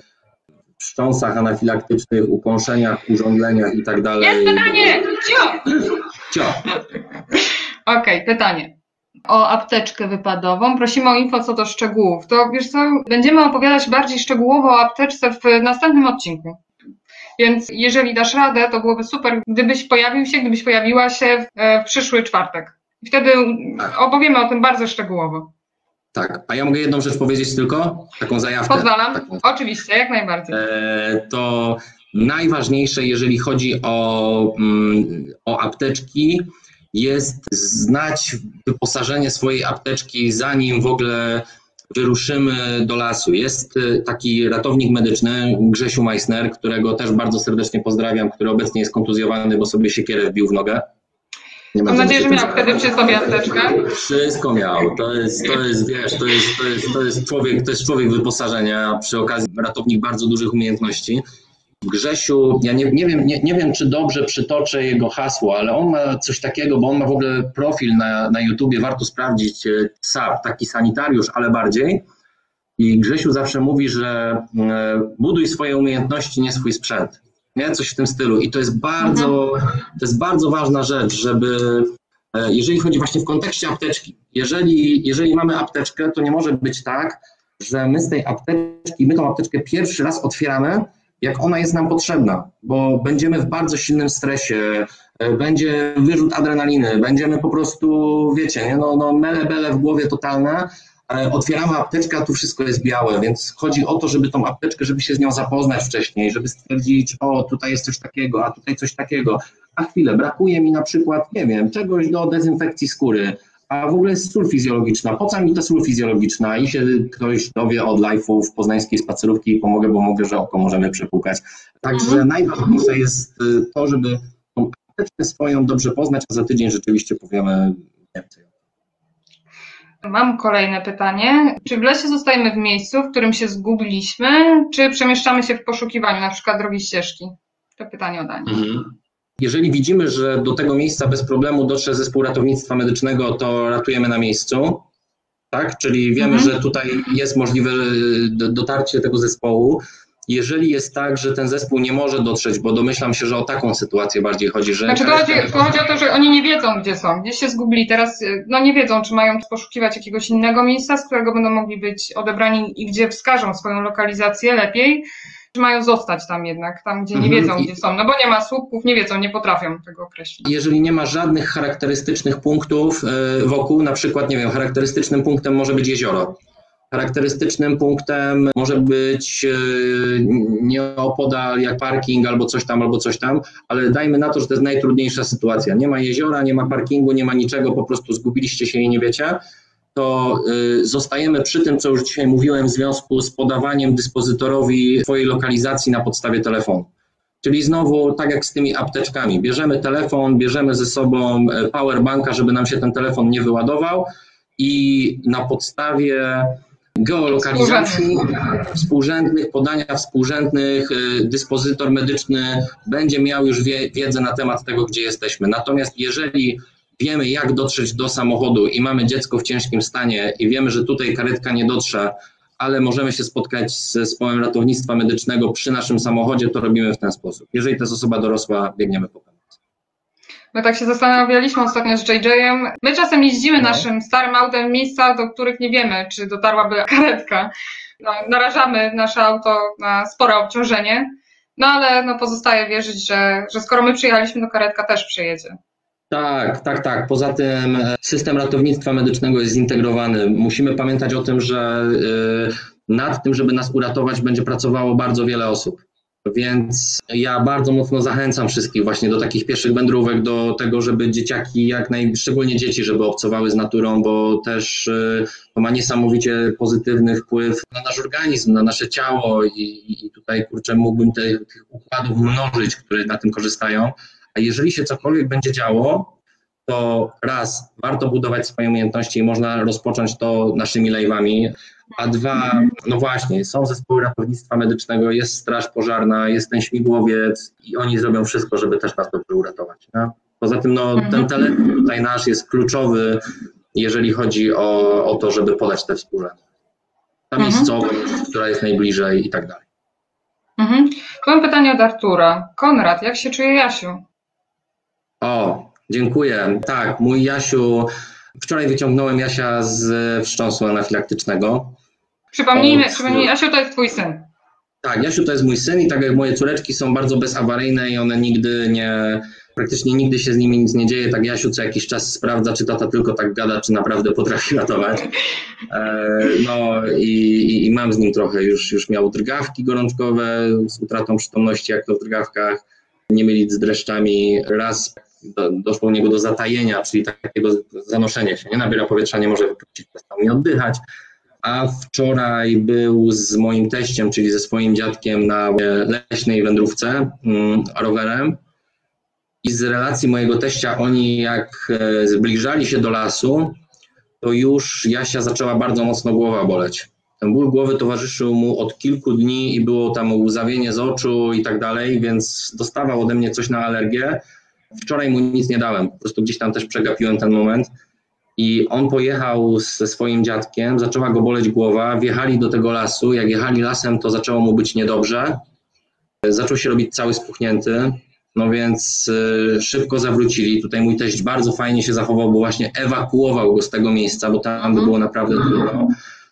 wstrząsach anafilaktycznych, ukąszeniach, urządleniach i tak dalej. Jest pytanie! Cio! Cio! Okej, okay, pytanie. O apteczkę wypadową. Prosimy o info co do szczegółów. To wiesz co, będziemy opowiadać bardziej szczegółowo o apteczce w następnym odcinku. Więc jeżeli dasz radę, to byłoby super, gdybyś pojawił się, gdybyś pojawiła się w, w przyszły czwartek. I wtedy tak. opowiemy o tym bardzo szczegółowo. Tak, a ja mogę jedną rzecz powiedzieć tylko? Taką zajawkę? Pozwalam, taką. Oczywiście, jak najbardziej. E, to najważniejsze, jeżeli chodzi o, mm, o apteczki, jest znać wyposażenie swojej apteczki, zanim w ogóle wyruszymy do lasu. Jest taki ratownik medyczny, Grzesiu Meissner, którego też bardzo serdecznie pozdrawiam, który obecnie jest kontuzjowany, bo sobie siekierę wbił w nogę. Nie Mam nadzieję, że miał wtedy przy sobie apteczkę. Wszystko miał. To jest, to jest, wiesz, to jest, to jest, to jest człowiek, to jest człowiek wyposażenia, a przy okazji ratownik bardzo dużych umiejętności. Grzesiu, ja nie, nie wiem, nie, nie wiem, czy dobrze przytoczę jego hasło, ale on ma coś takiego, bo on ma w ogóle profil na, na YouTubie, warto sprawdzić, S A P, taki sanitariusz, ale bardziej. I Grzesiu zawsze mówi, że buduj swoje umiejętności, nie swój sprzęt. Nie? Coś w tym stylu. I to jest bardzo, to jest bardzo ważna rzecz, żeby, jeżeli chodzi właśnie w kontekście apteczki, jeżeli, jeżeli mamy apteczkę, to nie może być tak, że my z tej apteczki, my tą apteczkę pierwszy raz otwieramy, jak ona jest nam potrzebna, bo będziemy w bardzo silnym stresie, będzie wyrzut adrenaliny, będziemy po prostu, wiecie, nie? no, no mele bele w głowie totalne, otwieramy apteczkę, a tu wszystko jest białe, więc chodzi o to, żeby tą apteczkę, żeby się z nią zapoznać wcześniej, żeby stwierdzić, o tutaj jest coś takiego, a tutaj coś takiego, a chwilę, brakuje mi na przykład, nie wiem, czegoś do dezynfekcji skóry, a w ogóle jest sól fizjologiczna, po co mi ta sól fizjologiczna? I się ktoś dowie od live'ów poznańskiej spacerówki i pomogę, bo mogę, że oko możemy przepłukać. Także mhm. najważniejsze jest to, żeby tą apteczkę swoją dobrze poznać, a za tydzień rzeczywiście powiemy więcej. Mam kolejne pytanie. Czy w lesie zostajemy w miejscu, w którym się zgubiliśmy, czy przemieszczamy się w poszukiwaniu, na przykład drogi ścieżki? To pytanie o Danię. Mhm. Jeżeli widzimy, że do tego miejsca bez problemu dotrze zespół ratownictwa medycznego, to ratujemy na miejscu, tak? Czyli wiemy, mhm. że tutaj jest możliwe dotarcie tego zespołu. Jeżeli jest tak, że ten zespół nie może dotrzeć, bo domyślam się, że o taką sytuację bardziej chodzi, że... Znaczy to chodzi, to chodzi o to, że oni nie wiedzą, gdzie są, gdzieś się zgubili. Teraz no nie wiedzą, czy mają poszukiwać jakiegoś innego miejsca, z którego będą mogli być odebrani i gdzie wskażą swoją lokalizację lepiej, czy mają zostać tam jednak, tam gdzie nie mhm. wiedzą, gdzie są, no bo nie ma słupków, nie wiedzą, nie potrafią tego określić. Jeżeli nie ma żadnych charakterystycznych punktów wokół, na przykład, nie wiem, charakterystycznym punktem może być jezioro. Charakterystycznym punktem może być nieopodal jak parking albo coś tam, albo coś tam, ale dajmy na to, że to jest najtrudniejsza sytuacja. Nie ma jeziora, nie ma parkingu, nie ma niczego, po prostu zgubiliście się i nie wiecie, to zostajemy przy tym, co już dzisiaj mówiłem w związku z podawaniem dyspozytorowi swojej lokalizacji na podstawie telefonu. Czyli znowu tak jak z tymi apteczkami, bierzemy telefon, bierzemy ze sobą powerbanka, żeby nam się ten telefon nie wyładował i na podstawie geolokalizacji współrzędnych, podania współrzędnych, dyspozytor medyczny będzie miał już wie, wiedzę na temat tego, gdzie jesteśmy. Natomiast jeżeli wiemy, jak dotrzeć do samochodu i mamy dziecko w ciężkim stanie i wiemy, że tutaj karetka nie dotrze, ale możemy się spotkać z zespołem ratownictwa medycznego przy naszym samochodzie, to robimy w ten sposób. Jeżeli to jest osoba dorosła, biegniemy po pomoc. My tak się zastanawialiśmy ostatnio z J J-em. My czasem jeździmy no. naszym starym autem w miejsca, do których nie wiemy, czy dotarłaby karetka. No, narażamy nasze auto na spore obciążenie, no ale no, pozostaje wierzyć, że, że skoro my przyjechaliśmy, to karetka też przyjedzie. Tak, tak, tak. Poza tym system ratownictwa medycznego jest zintegrowany. Musimy pamiętać o tym, że nad tym, żeby nas uratować, będzie pracowało bardzo wiele osób. Więc ja bardzo mocno zachęcam wszystkich właśnie do takich pieszych wędrówek, do tego, żeby dzieciaki, jak naj, szczególnie dzieci, żeby obcowały z naturą, bo też to ma niesamowicie pozytywny wpływ na nasz organizm, na nasze ciało i, i tutaj, kurczę, mógłbym te, tych układów mnożyć, które na tym korzystają. A jeżeli się cokolwiek będzie działo, to raz, warto budować swoje umiejętności i można rozpocząć to naszymi live'ami, a dwa, no właśnie, są zespoły ratownictwa medycznego, jest straż pożarna, jest ten śmigłowiec i oni zrobią wszystko, żeby też nas dobrze uratować. No? Poza tym no, ten telefon tutaj nasz jest kluczowy, jeżeli chodzi o, o to, żeby podać te współrzędne. Ta miejscowość, która jest najbliżej i tak dalej. Mhm. Mam pytanie od Artura. Konrad, jak się czuje Jasiu? O, dziękuję. Tak, mój Jasiu, wczoraj wyciągnąłem Jasia z wstrząsu anafilaktycznego. Przypomnijmy, Od... przypomnijmy, Jasiu to jest twój syn. Tak, Jasiu to jest mój syn i tak jak moje córeczki są bardzo bezawaryjne i one nigdy nie, praktycznie nigdy się z nimi nic nie dzieje, tak Jasiu co jakiś czas sprawdza, czy tata tylko tak gada, czy naprawdę potrafi ratować. No i, i mam z nim trochę, już, już miał drgawki gorączkowe z utratą przytomności, jak to w drgawkach, nie mylić z dreszczami. Raz do, doszło u niego do zatajenia, czyli takiego zanoszenia się, nie nabiera powietrza, nie może wypuścić, przestał nie oddychać. A wczoraj był z moim teściem, czyli ze swoim dziadkiem na leśnej wędrówce mm, rowerem i z relacji mojego teścia oni jak zbliżali się do lasu, to już Jasia zaczęła bardzo mocno głowa boleć. Ten ból głowy towarzyszył mu od kilku dni i było tam łzawienie z oczu i tak dalej, więc dostawał ode mnie coś na alergię. Wczoraj mu nic nie dałem, po prostu gdzieś tam też przegapiłem ten moment. I on pojechał ze swoim dziadkiem, zaczęła go boleć głowa, wjechali do tego lasu, jak jechali lasem, to zaczęło mu być niedobrze, zaczął się robić cały spuchnięty, no więc szybko zawrócili. Tutaj mój teść bardzo fajnie się zachował, bo właśnie ewakuował go z tego miejsca, bo tam by było naprawdę trudno.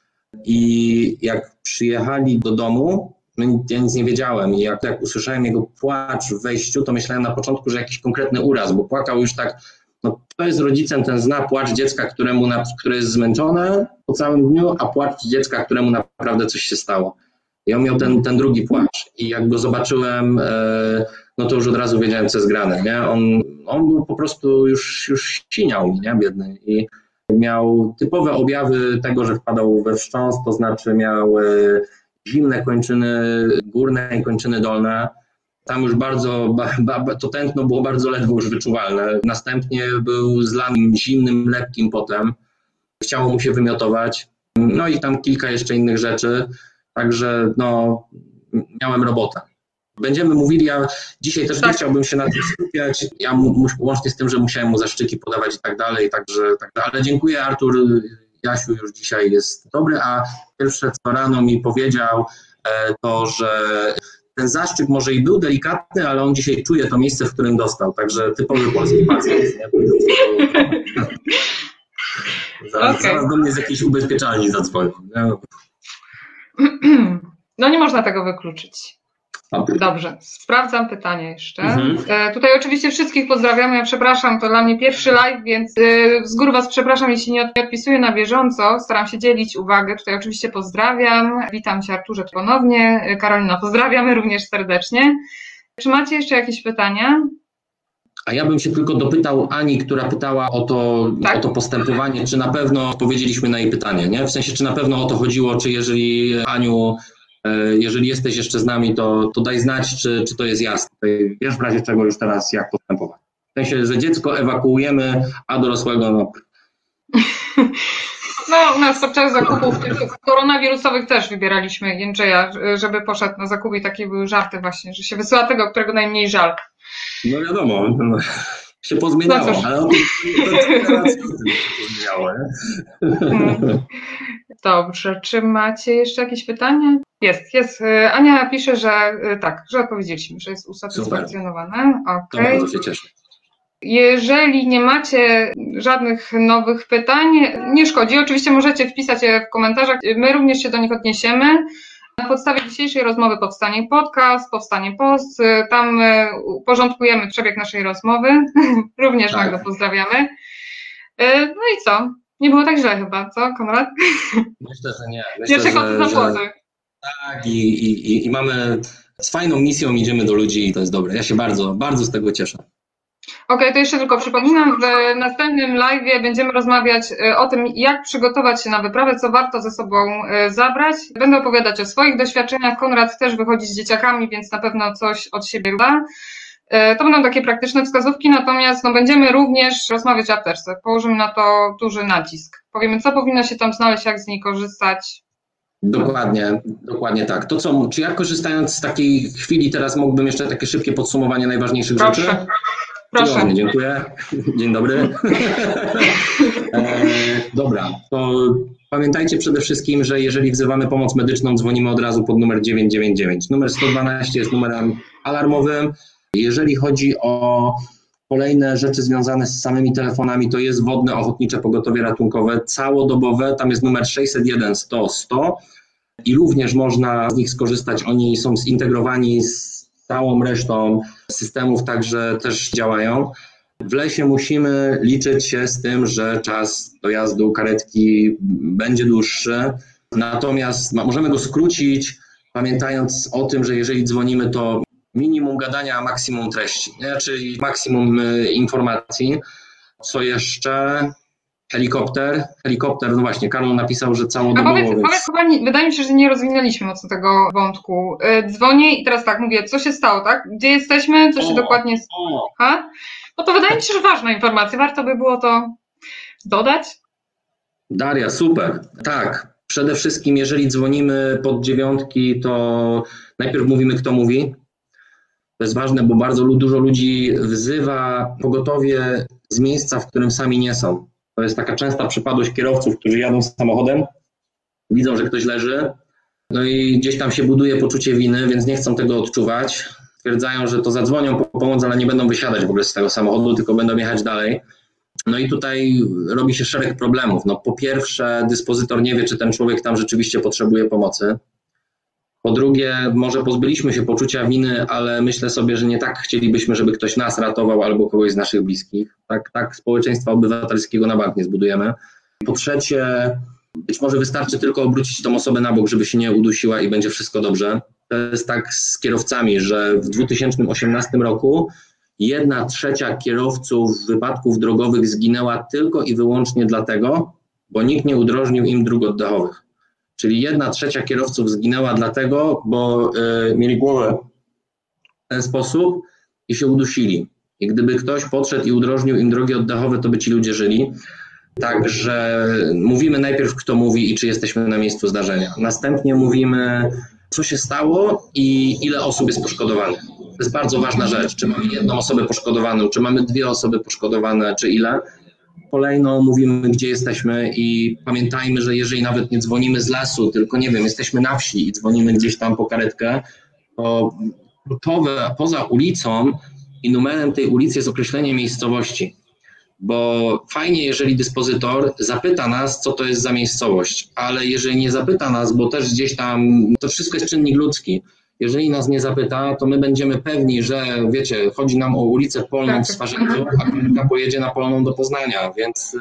I jak przyjechali do domu, no ja nic nie wiedziałem i jak, jak usłyszałem jego płacz w wejściu, to myślałem na początku, że jakiś konkretny uraz, bo płakał już tak. No, to jest rodzicem, ten zna płacz dziecka, któremu na, które jest zmęczone po całym dniu, a płacz dziecka, któremu naprawdę coś się stało. I on miał ten, ten drugi płacz i jak go zobaczyłem, e, no to już od razu wiedziałem, co jest grane, nie? On, on był po prostu już, już siniał mi, nie? Biedny. I Miał typowe objawy tego, że wpadał we wstrząs, to znaczy miał zimne kończyny górne i kończyny dolne. Tam już bardzo, ba, ba, to tętno było bardzo ledwo już wyczuwalne. Następnie był zlany zimnym, lekkim potem. Chciało mu się wymiotować. No i tam kilka jeszcze innych rzeczy. Także no, miałem robotę. Będziemy mówili, ja dzisiaj też nie chciałbym się na tym skupiać, ja mu, łącznie z tym, że musiałem mu zaszczyki podawać i tak dalej, także, tak dalej. Ale dziękuję, Artur, Jasiu już dzisiaj jest dobry, a pierwsze co rano mi powiedział to, że ten zaszczyt może i był delikatny, ale on dzisiaj czuje to miejsce, w którym dostał, także typowy polski pacjent. Zaraz, okay. zaraz do mnie z jakiejś ubezpieczalni zadzwonią. No nie można tego wykluczyć. Dobrze, sprawdzam pytanie jeszcze. Mhm. E, tutaj oczywiście wszystkich pozdrawiam, ja przepraszam, to dla mnie pierwszy live, więc e, z góry Was przepraszam, jeśli nie odpisuję na bieżąco, staram się dzielić uwagę, tutaj oczywiście pozdrawiam, witam Cię Arturze ponownie, Karolina pozdrawiamy również serdecznie. Czy macie jeszcze jakieś pytania? A ja bym się tylko dopytał Ani, która pytała o to, tak? o to postępowanie, czy na pewno odpowiedzieliśmy na jej pytanie, nie? W sensie, czy na pewno o to chodziło, czy jeżeli Aniu, jeżeli jesteś jeszcze z nami, to, to daj znać, czy, czy to jest jasne. Wiesz w razie czego już teraz jak postępować. W sensie, że dziecko ewakuujemy, a dorosłego no... No u nas podczas zakupów koronawirusowych też wybieraliśmy Jędrzeja, żeby poszedł na zakupy i takie były żarty właśnie, że się wysyła tego, którego najmniej żal. No wiadomo, no, się pozmieniało, no ale o tym się pozmieniało, nie? Dobrze, czy macie jeszcze jakieś pytania? Jest, jest. Ania pisze, że tak, że odpowiedzieliśmy, że jest usatysfakcjonowana. Okay. To bardzo się cieszę. Jeżeli nie macie żadnych nowych pytań, nie szkodzi. Oczywiście możecie wpisać je w komentarzach. My również się do nich odniesiemy. Na podstawie dzisiejszej rozmowy powstanie podcast, powstanie post. Tam uporządkujemy przebieg naszej rozmowy. Również tak. Magdo pozdrawiamy. No i co? Nie było tak źle chyba, co, Konrad? Myślę, że nie. Myślę, Pierwsze koty za płoty. Tak, i, i, i mamy z fajną misją, idziemy do ludzi i to jest dobre. Ja się bardzo, bardzo z tego cieszę. Okej, okay, to jeszcze tylko przypominam, w następnym live'ie będziemy rozmawiać o tym, jak przygotować się na wyprawę, co warto ze sobą zabrać. Będę opowiadać o swoich doświadczeniach. Konrad też wychodzi z dzieciakami, więc na pewno coś od siebie da. To będą takie praktyczne wskazówki, natomiast no, będziemy również rozmawiać o apteczce. Położymy na to duży nacisk. Powiemy, co powinno się tam znaleźć, jak z niej korzystać. Dokładnie, dokładnie tak. To co, czy ja korzystając z takiej chwili teraz mógłbym jeszcze takie szybkie podsumowanie najważniejszych Proszę. rzeczy? Proszę. Cudownie, dziękuję. Dzień dobry. e, dobra, to pamiętajcie przede wszystkim, że jeżeli wzywamy pomoc medyczną, dzwonimy od razu pod numer dziewięć dziewięć dziewięć. Numer sto dwanaście jest numerem alarmowym. Jeżeli chodzi o kolejne rzeczy związane z samymi telefonami, to jest Wodne Ochotnicze Pogotowie Ratunkowe całodobowe, tam jest numer sześćset jeden sto sto i również można z nich skorzystać, oni są zintegrowani z całą resztą systemów, także też działają. W lesie musimy liczyć się z tym, że czas dojazdu karetki będzie dłuższy, natomiast możemy go skrócić, pamiętając o tym, że jeżeli dzwonimy, to minimum gadania, a maksimum treści, nie? Czyli maksimum informacji. Co jeszcze? Helikopter. Helikopter, no właśnie, Karol napisał, że całodobowo. A powiedz, powiedz chyba, nie, wydaje mi się, że nie rozwinęliśmy mocno tego wątku. Dzwonię i teraz tak, mówię, co się stało, tak? Gdzie jesteśmy? Co się o, dokładnie stało? Ha? No to wydaje mi się, że ważna informacja. Warto by było to dodać. Daria, super. Tak. Przede wszystkim, jeżeli dzwonimy pod dziewiątki, to najpierw mówimy, kto mówi. To jest ważne, bo bardzo dużo ludzi wzywa pogotowie z miejsca, w którym sami nie są. To jest taka częsta przypadłość kierowców, którzy jadą samochodem, widzą, że ktoś leży, no i gdzieś tam się buduje poczucie winy, więc nie chcą tego odczuwać. Stwierdzają, że to zadzwonią po pomoc, ale nie będą wysiadać w ogóle z tego samochodu, tylko będą jechać dalej. No i tutaj robi się szereg problemów. No po pierwsze, dyspozytor nie wie, czy ten człowiek tam rzeczywiście potrzebuje pomocy. Po drugie, może pozbyliśmy się poczucia winy, ale myślę sobie, że nie tak chcielibyśmy, żeby ktoś nas ratował albo kogoś z naszych bliskich. Tak, tak społeczeństwa obywatelskiego na bank nie zbudujemy. Po trzecie, być może wystarczy tylko obrócić tą osobę na bok, żeby się nie udusiła i będzie wszystko dobrze. To jest tak z kierowcami, że w dwa tysiące osiemnastym roku jedna trzecia kierowców wypadków drogowych zginęła tylko i wyłącznie dlatego, bo nikt nie udrożnił im dróg oddechowych. Czyli jedna trzecia kierowców zginęła dlatego, bo y, mieli głowę w ten sposób i się udusili. I gdyby ktoś podszedł i udrożnił im drogi oddechowe, to by ci ludzie żyli. Także mówimy najpierw, kto mówi i czy jesteśmy na miejscu zdarzenia. Następnie mówimy, co się stało i ile osób jest poszkodowanych. To jest bardzo ważna rzecz. Czy mamy jedną osobę poszkodowaną, czy mamy dwie osoby poszkodowane, czy ile. Kolejno mówimy, gdzie jesteśmy i pamiętajmy, że jeżeli nawet nie dzwonimy z lasu, tylko nie wiem, jesteśmy na wsi i dzwonimy gdzieś tam po karetkę, to kluczowe poza ulicą i numerem tej ulicy jest określenie miejscowości. Bo fajnie, jeżeli dyspozytor zapyta nas, co to jest za miejscowość, ale jeżeli nie zapyta nas, bo też gdzieś tam, to wszystko jest czynnik ludzki, jeżeli nas nie zapyta, to my będziemy pewni, że wiecie, chodzi nam o ulicę Polną w Swarzędzu, a komuś pojedzie na Polną do Poznania, więc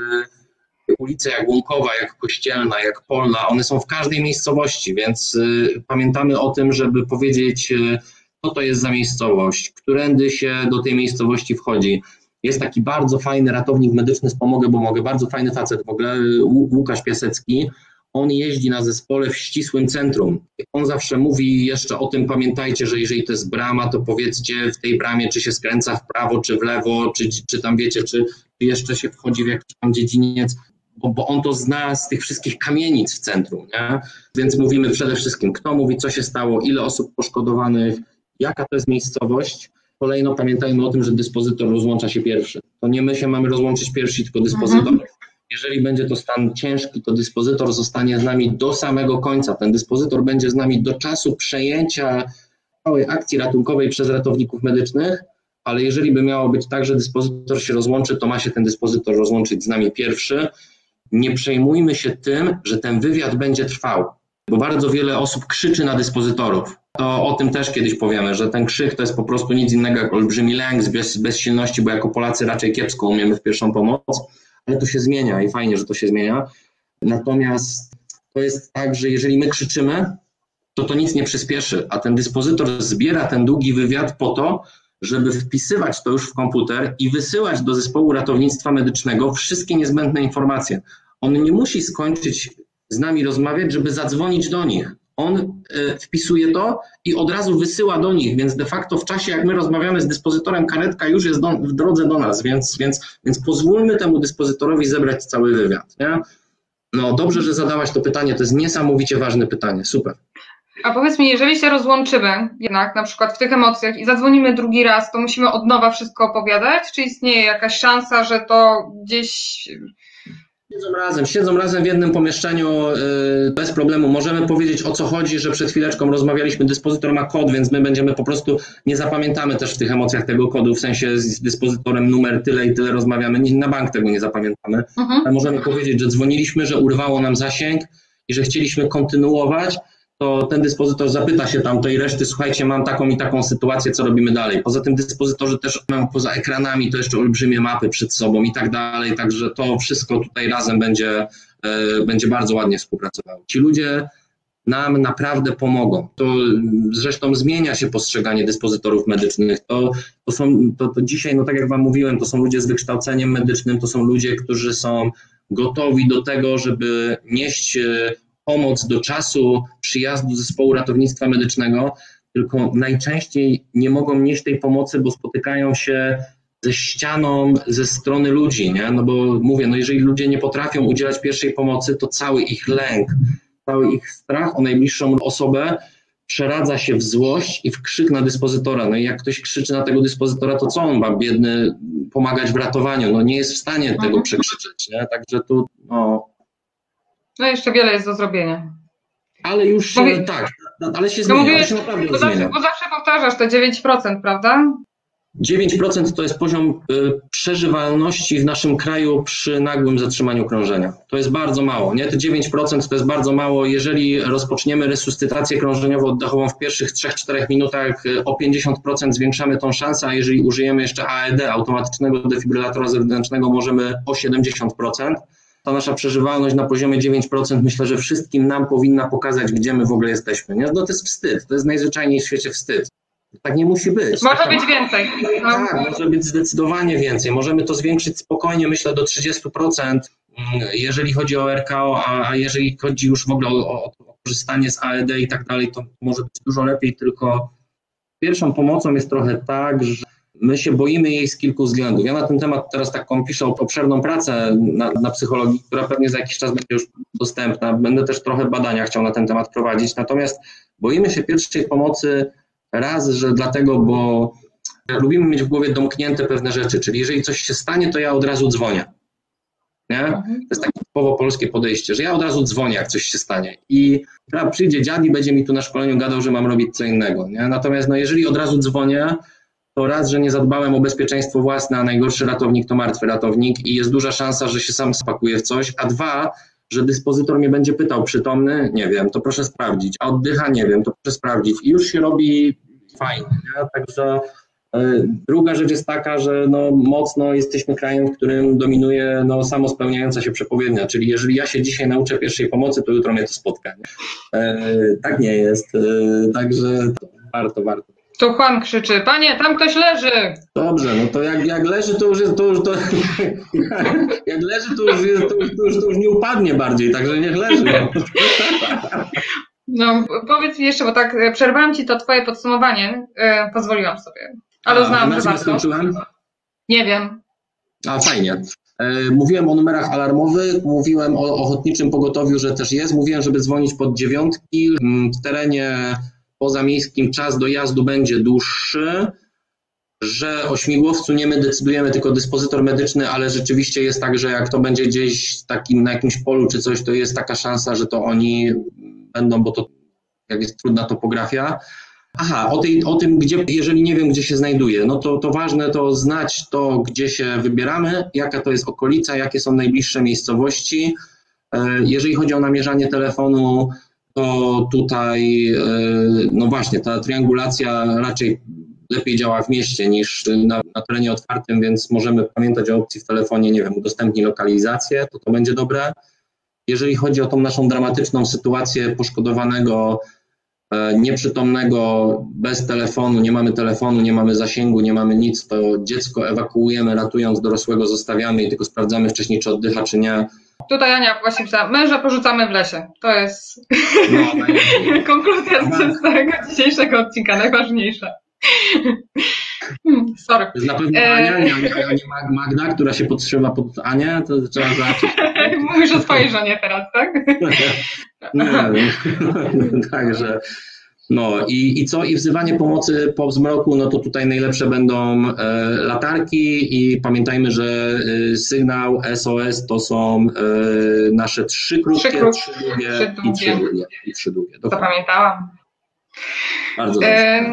y, ulice jak Łąkowa, jak Kościelna, jak Polna, one są w każdej miejscowości, więc y, pamiętamy o tym, żeby powiedzieć, y, co to jest za miejscowość, którędy się do tej miejscowości wchodzi. Jest taki bardzo fajny ratownik medyczny z Pomogę, bo mogę, bardzo fajny facet w ogóle, Łukasz Piasecki. On jeździ na zespole w ścisłym centrum. On zawsze mówi jeszcze o tym, pamiętajcie, że jeżeli to jest brama, to powiedzcie w tej bramie, czy się skręca w prawo, czy w lewo, czy, czy tam wiecie, czy, czy jeszcze się wchodzi w jakiś tam dziedziniec, bo, bo on to zna z tych wszystkich kamienic w centrum, nie? Więc mówimy przede wszystkim, kto mówi, co się stało, ile osób poszkodowanych, jaka to jest miejscowość. Kolejno pamiętajmy o tym, że dyspozytor rozłącza się pierwszy. To nie my się mamy rozłączyć pierwsi, tylko dyspozytor. Mhm. Jeżeli będzie to stan ciężki, to dyspozytor zostanie z nami do samego końca. Ten dyspozytor będzie z nami do czasu przejęcia całej akcji ratunkowej przez ratowników medycznych, ale jeżeli by miało być tak, że dyspozytor się rozłączy, to ma się ten dyspozytor rozłączyć z nami pierwszy. Nie przejmujmy się tym, że ten wywiad będzie trwał, bo bardzo wiele osób krzyczy na dyspozytorów. To o tym też kiedyś powiemy, że ten krzyk to jest po prostu nic innego jak olbrzymi lęk, bez, bezsilności, bo jako Polacy raczej kiepsko umiemy w pierwszą pomoc, ale to się zmienia i fajnie, że to się zmienia. Natomiast to jest tak, że jeżeli my krzyczymy, to to nic nie przyspieszy, a ten dyspozytor zbiera ten długi wywiad po to, żeby wpisywać to już w komputer i wysyłać do zespołu ratownictwa medycznego wszystkie niezbędne informacje. On nie musi skończyć z nami rozmawiać, żeby zadzwonić do nich. On wpisuje to i od razu wysyła do nich, więc de facto w czasie, jak my rozmawiamy z dyspozytorem, karetka już jest do, w drodze do nas, więc, więc, więc pozwólmy temu dyspozytorowi zebrać cały wywiad. Nie? No dobrze, że zadałaś to pytanie, to jest niesamowicie ważne pytanie, super. A powiedz mi, jeżeli się rozłączymy jednak na przykład w tych emocjach i zadzwonimy drugi raz, to musimy od nowa wszystko opowiadać? Czy istnieje jakaś szansa, że to gdzieś... Siedzą razem, siedzą razem w jednym pomieszczeniu yy, bez problemu. Możemy powiedzieć, o co chodzi, że przed chwileczką rozmawialiśmy, dyspozytor ma kod, więc my będziemy po prostu, nie zapamiętamy też w tych emocjach tego kodu, w sensie z dyspozytorem numer tyle i tyle rozmawiamy, na bank tego nie zapamiętamy. Mhm. Ale możemy powiedzieć, że dzwoniliśmy, że urwało nam zasięg i że chcieliśmy kontynuować, to ten dyspozytor zapyta się tam tej reszty, słuchajcie, mam taką i taką sytuację, co robimy dalej. Poza tym dyspozytorzy też mają poza ekranami to jeszcze olbrzymie mapy przed sobą i tak dalej, także to wszystko tutaj razem będzie, e, będzie bardzo ładnie współpracowało. Ci ludzie nam naprawdę pomogą. To zresztą zmienia się postrzeganie dyspozytorów medycznych. To, to są, to, to dzisiaj, no tak jak wam mówiłem, to są ludzie z wykształceniem medycznym, to są ludzie, którzy są gotowi do tego, żeby nieść pomoc do czasu przyjazdu zespołu ratownictwa medycznego, tylko najczęściej nie mogą nieść tej pomocy, bo spotykają się ze ścianą ze strony ludzi, nie? No bo mówię, no jeżeli ludzie nie potrafią udzielać pierwszej pomocy, to cały ich lęk, cały ich strach o najbliższą osobę przeradza się w złość i w krzyk na dyspozytora. No i jak ktoś krzyczy na tego dyspozytora, to co on ma, biedny, pomagać w ratowaniu? No nie jest w stanie tego przekrzyczeć, nie? Także tu, no... No jeszcze wiele jest do zrobienia. Ale już, Mówię, tak, ale się zmienia, ale się naprawdę bo zmienia. Zawsze, bo zawsze powtarzasz te dziewięć procent, prawda? dziewięć procent to jest poziom y, przeżywalności w naszym kraju przy nagłym zatrzymaniu krążenia. To jest bardzo mało, nie? Te dziewięć procent to jest bardzo mało. Jeżeli rozpoczniemy resuscytację krążeniowo-oddechową w pierwszych trzy do czterech minutach, y, o pięćdziesiąt procent zwiększamy tą szansę, a jeżeli użyjemy jeszcze A E D, automatycznego defibrylatora zewnętrznego, możemy o siedemdziesiąt procent. Ta nasza przeżywalność na poziomie dziewięć procent myślę, że wszystkim nam powinna pokazać, gdzie my w ogóle jesteśmy. Nie? No to jest wstyd, to jest najzwyczajniej w świecie wstyd. Tak nie musi być. Może tak, być więcej. No. Tak, może być zdecydowanie więcej. Możemy to zwiększyć spokojnie, myślę, do trzydziestu procent, jeżeli chodzi o R K O, a jeżeli chodzi już w ogóle o, o, o korzystanie z A E D i tak dalej, to może być dużo lepiej, tylko pierwszą pomocą jest trochę tak, że my się boimy jej z kilku względów. Ja na ten temat teraz taką piszę obszerną pracę na, na psychologii, która pewnie za jakiś czas będzie już dostępna. Będę też trochę badania chciał na ten temat prowadzić. Natomiast boimy się pierwszej pomocy raz, że dlatego, bo lubimy mieć w głowie domknięte pewne rzeczy, czyli jeżeli coś się stanie, to ja od razu dzwonię. Nie? To jest takie typowo polskie podejście, że ja od razu dzwonię, jak coś się stanie. I teraz przyjdzie dziad i będzie mi tu na szkoleniu gadał, że mam robić co innego. Nie? Natomiast no, jeżeli od razu dzwonię, to raz, że nie zadbałem o bezpieczeństwo własne, a najgorszy ratownik to martwy ratownik i jest duża szansa, że się sam spakuje w coś, a dwa, że dyspozytor mnie będzie pytał, przytomny? Nie wiem, to proszę sprawdzić, a oddycha? Nie wiem, to proszę sprawdzić i już się robi fajnie, nie? Także y, druga rzecz jest taka, że no, mocno jesteśmy krajem, w którym dominuje no, samospełniająca się przepowiednia, czyli jeżeli ja się dzisiaj nauczę pierwszej pomocy, to jutro mnie to spotka. Nie? Y, tak nie jest, y, także warto, warto. Tu Juan krzyczy, panie, tam ktoś leży. Dobrze, no to jak, jak leży, to już jest, to już to, jak leży, to już, jest, to, już, to, już, to już nie upadnie bardziej, także niech leży. No. No powiedz mi jeszcze, bo tak przerwałam ci to twoje podsumowanie, yy, pozwoliłam sobie, ale uznałam, że warto. Skończyłem? Nie wiem. A, fajnie. Mówiłem o numerach alarmowych, mówiłem o ochotniczym pogotowiu, że też jest, mówiłem, żeby dzwonić pod dziewiątki, w terenie pozamiejskim czas dojazdu będzie dłuższy, że o śmigłowcu nie my decydujemy, tylko dyspozytor medyczny, ale rzeczywiście jest tak, że jak to będzie gdzieś takim na jakimś polu czy coś, to jest taka szansa, że to oni będą, bo to jak jest trudna topografia. Aha, o, tej, o tym, gdzie, jeżeli nie wiem, gdzie się znajduje, no to, to ważne to znać to, gdzie się wybieramy, jaka to jest okolica, jakie są najbliższe miejscowości. Jeżeli chodzi o namierzanie telefonu, to tutaj, no właśnie, ta triangulacja raczej lepiej działa w mieście niż na, na terenie otwartym, więc możemy pamiętać o opcji w telefonie, nie wiem, udostępnij lokalizację, to to będzie dobre. Jeżeli chodzi o tą naszą dramatyczną sytuację poszkodowanego, nieprzytomnego, bez telefonu, nie mamy telefonu, nie mamy zasięgu, nie mamy nic, to dziecko ewakuujemy, ratując, dorosłego zostawiamy i tylko sprawdzamy wcześniej, czy oddycha, czy nie. Tutaj Ania właśnie pisała, męża porzucamy w lesie. To jest no, konkluzja z tego dzisiejszego odcinka, najważniejsza. Sorry. To jest na pewno Ania, nie, a nie Magda, która się podszywa pod Anię, to trzeba zobaczyć. Mówisz o swojej żonie teraz, tak? Nie, no, także no i, i co? I wzywanie pomocy po zmroku, no to tutaj najlepsze będą e, latarki i pamiętajmy, że e, sygnał S O S to są e, nasze trzy krótkie, trzy, trzy długie, trzy długie i trzy długie. I trzy długie. Zapamiętałam. Bardzo dobrze. E,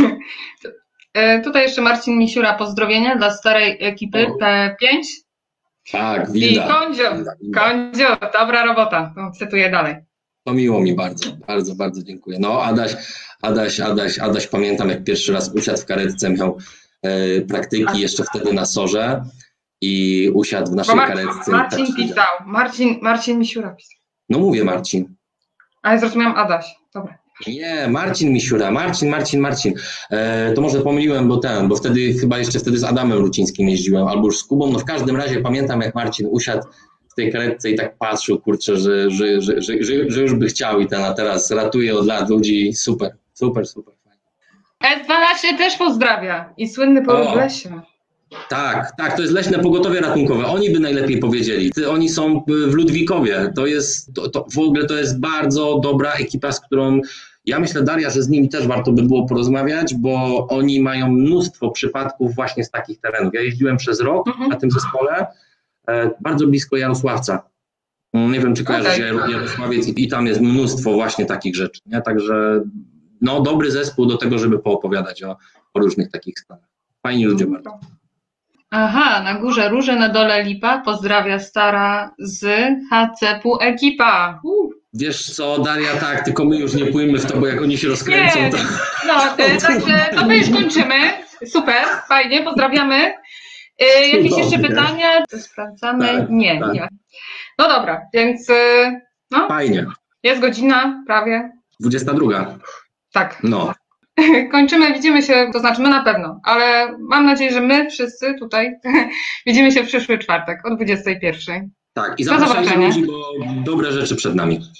e, tutaj jeszcze Marcin Misiura, pozdrowienia dla starej ekipy o. P pięć. Tak, Wilda. I Kondzio, Kondzio, dobra robota, no, cytuję dalej. To miło mi bardzo, bardzo, bardzo dziękuję. No Adaś, Adaś, Adaś, Adaś, pamiętam jak pierwszy raz usiadł w karetce, miał e, praktyki jeszcze wtedy na Sorze i usiadł w naszej Marcin, karetce. Marcin tak pisał, Marcin, Marcin Misiura pisał. No mówię Marcin. Ale zrozumiałam Adaś, dobra. Nie, Marcin Misiura, Marcin, Marcin, Marcin. E, to może pomyliłem, bo ten, bo wtedy chyba jeszcze wtedy z Adamem Rucińskim jeździłem, albo już z Kubą, no w każdym razie pamiętam jak Marcin usiadł w tej karetce i tak patrzył, kurczę, że, że, że, że, że, że już by chciał i ten, a teraz ratuje od lat ludzi, super, super, super. S dwanaście też pozdrawia i słynny poród w lesie. Tak, tak, to jest leśne pogotowie ratunkowe. Oni by najlepiej powiedzieli. Oni są w Ludwikowie. To jest, to, to w ogóle to jest bardzo dobra ekipa, z którą ja myślę, Daria, że z nimi też warto by było porozmawiać, bo oni mają mnóstwo przypadków właśnie z takich terenów. Ja jeździłem przez rok mhm. na tym zespole, e, bardzo blisko Jarosławca. Nie wiem, czy kojarzysz okay. Jarosławiec i, i tam jest mnóstwo właśnie takich rzeczy. Nie? Także no, dobry zespół do tego, żeby poopowiadać o, o różnych takich stanach. Fajni ludzie bardzo. Aha, na górze róże, na dole lipa. Pozdrawia stara z H C P U ekipa. Uh. Wiesz co, Daria, tak, tylko my już nie płyjmy w to, bo jak oni się rozkręcą, nie. to... No, także to my już kończymy. Super, fajnie, pozdrawiamy. E, jakieś Cudownie. Jeszcze pytania? To sprawdzamy? Tak, nie, tak. nie. No dobra, więc no. Fajnie. Jest godzina prawie. dwudziesta druga. Tak. No. kończymy, widzimy się, to znaczy my na pewno, ale mam nadzieję, że my wszyscy tutaj widzimy się w przyszły czwartek o dwudziestej pierwszej. Tak, i zapraszajcie ludzi, bo dobre rzeczy przed nami.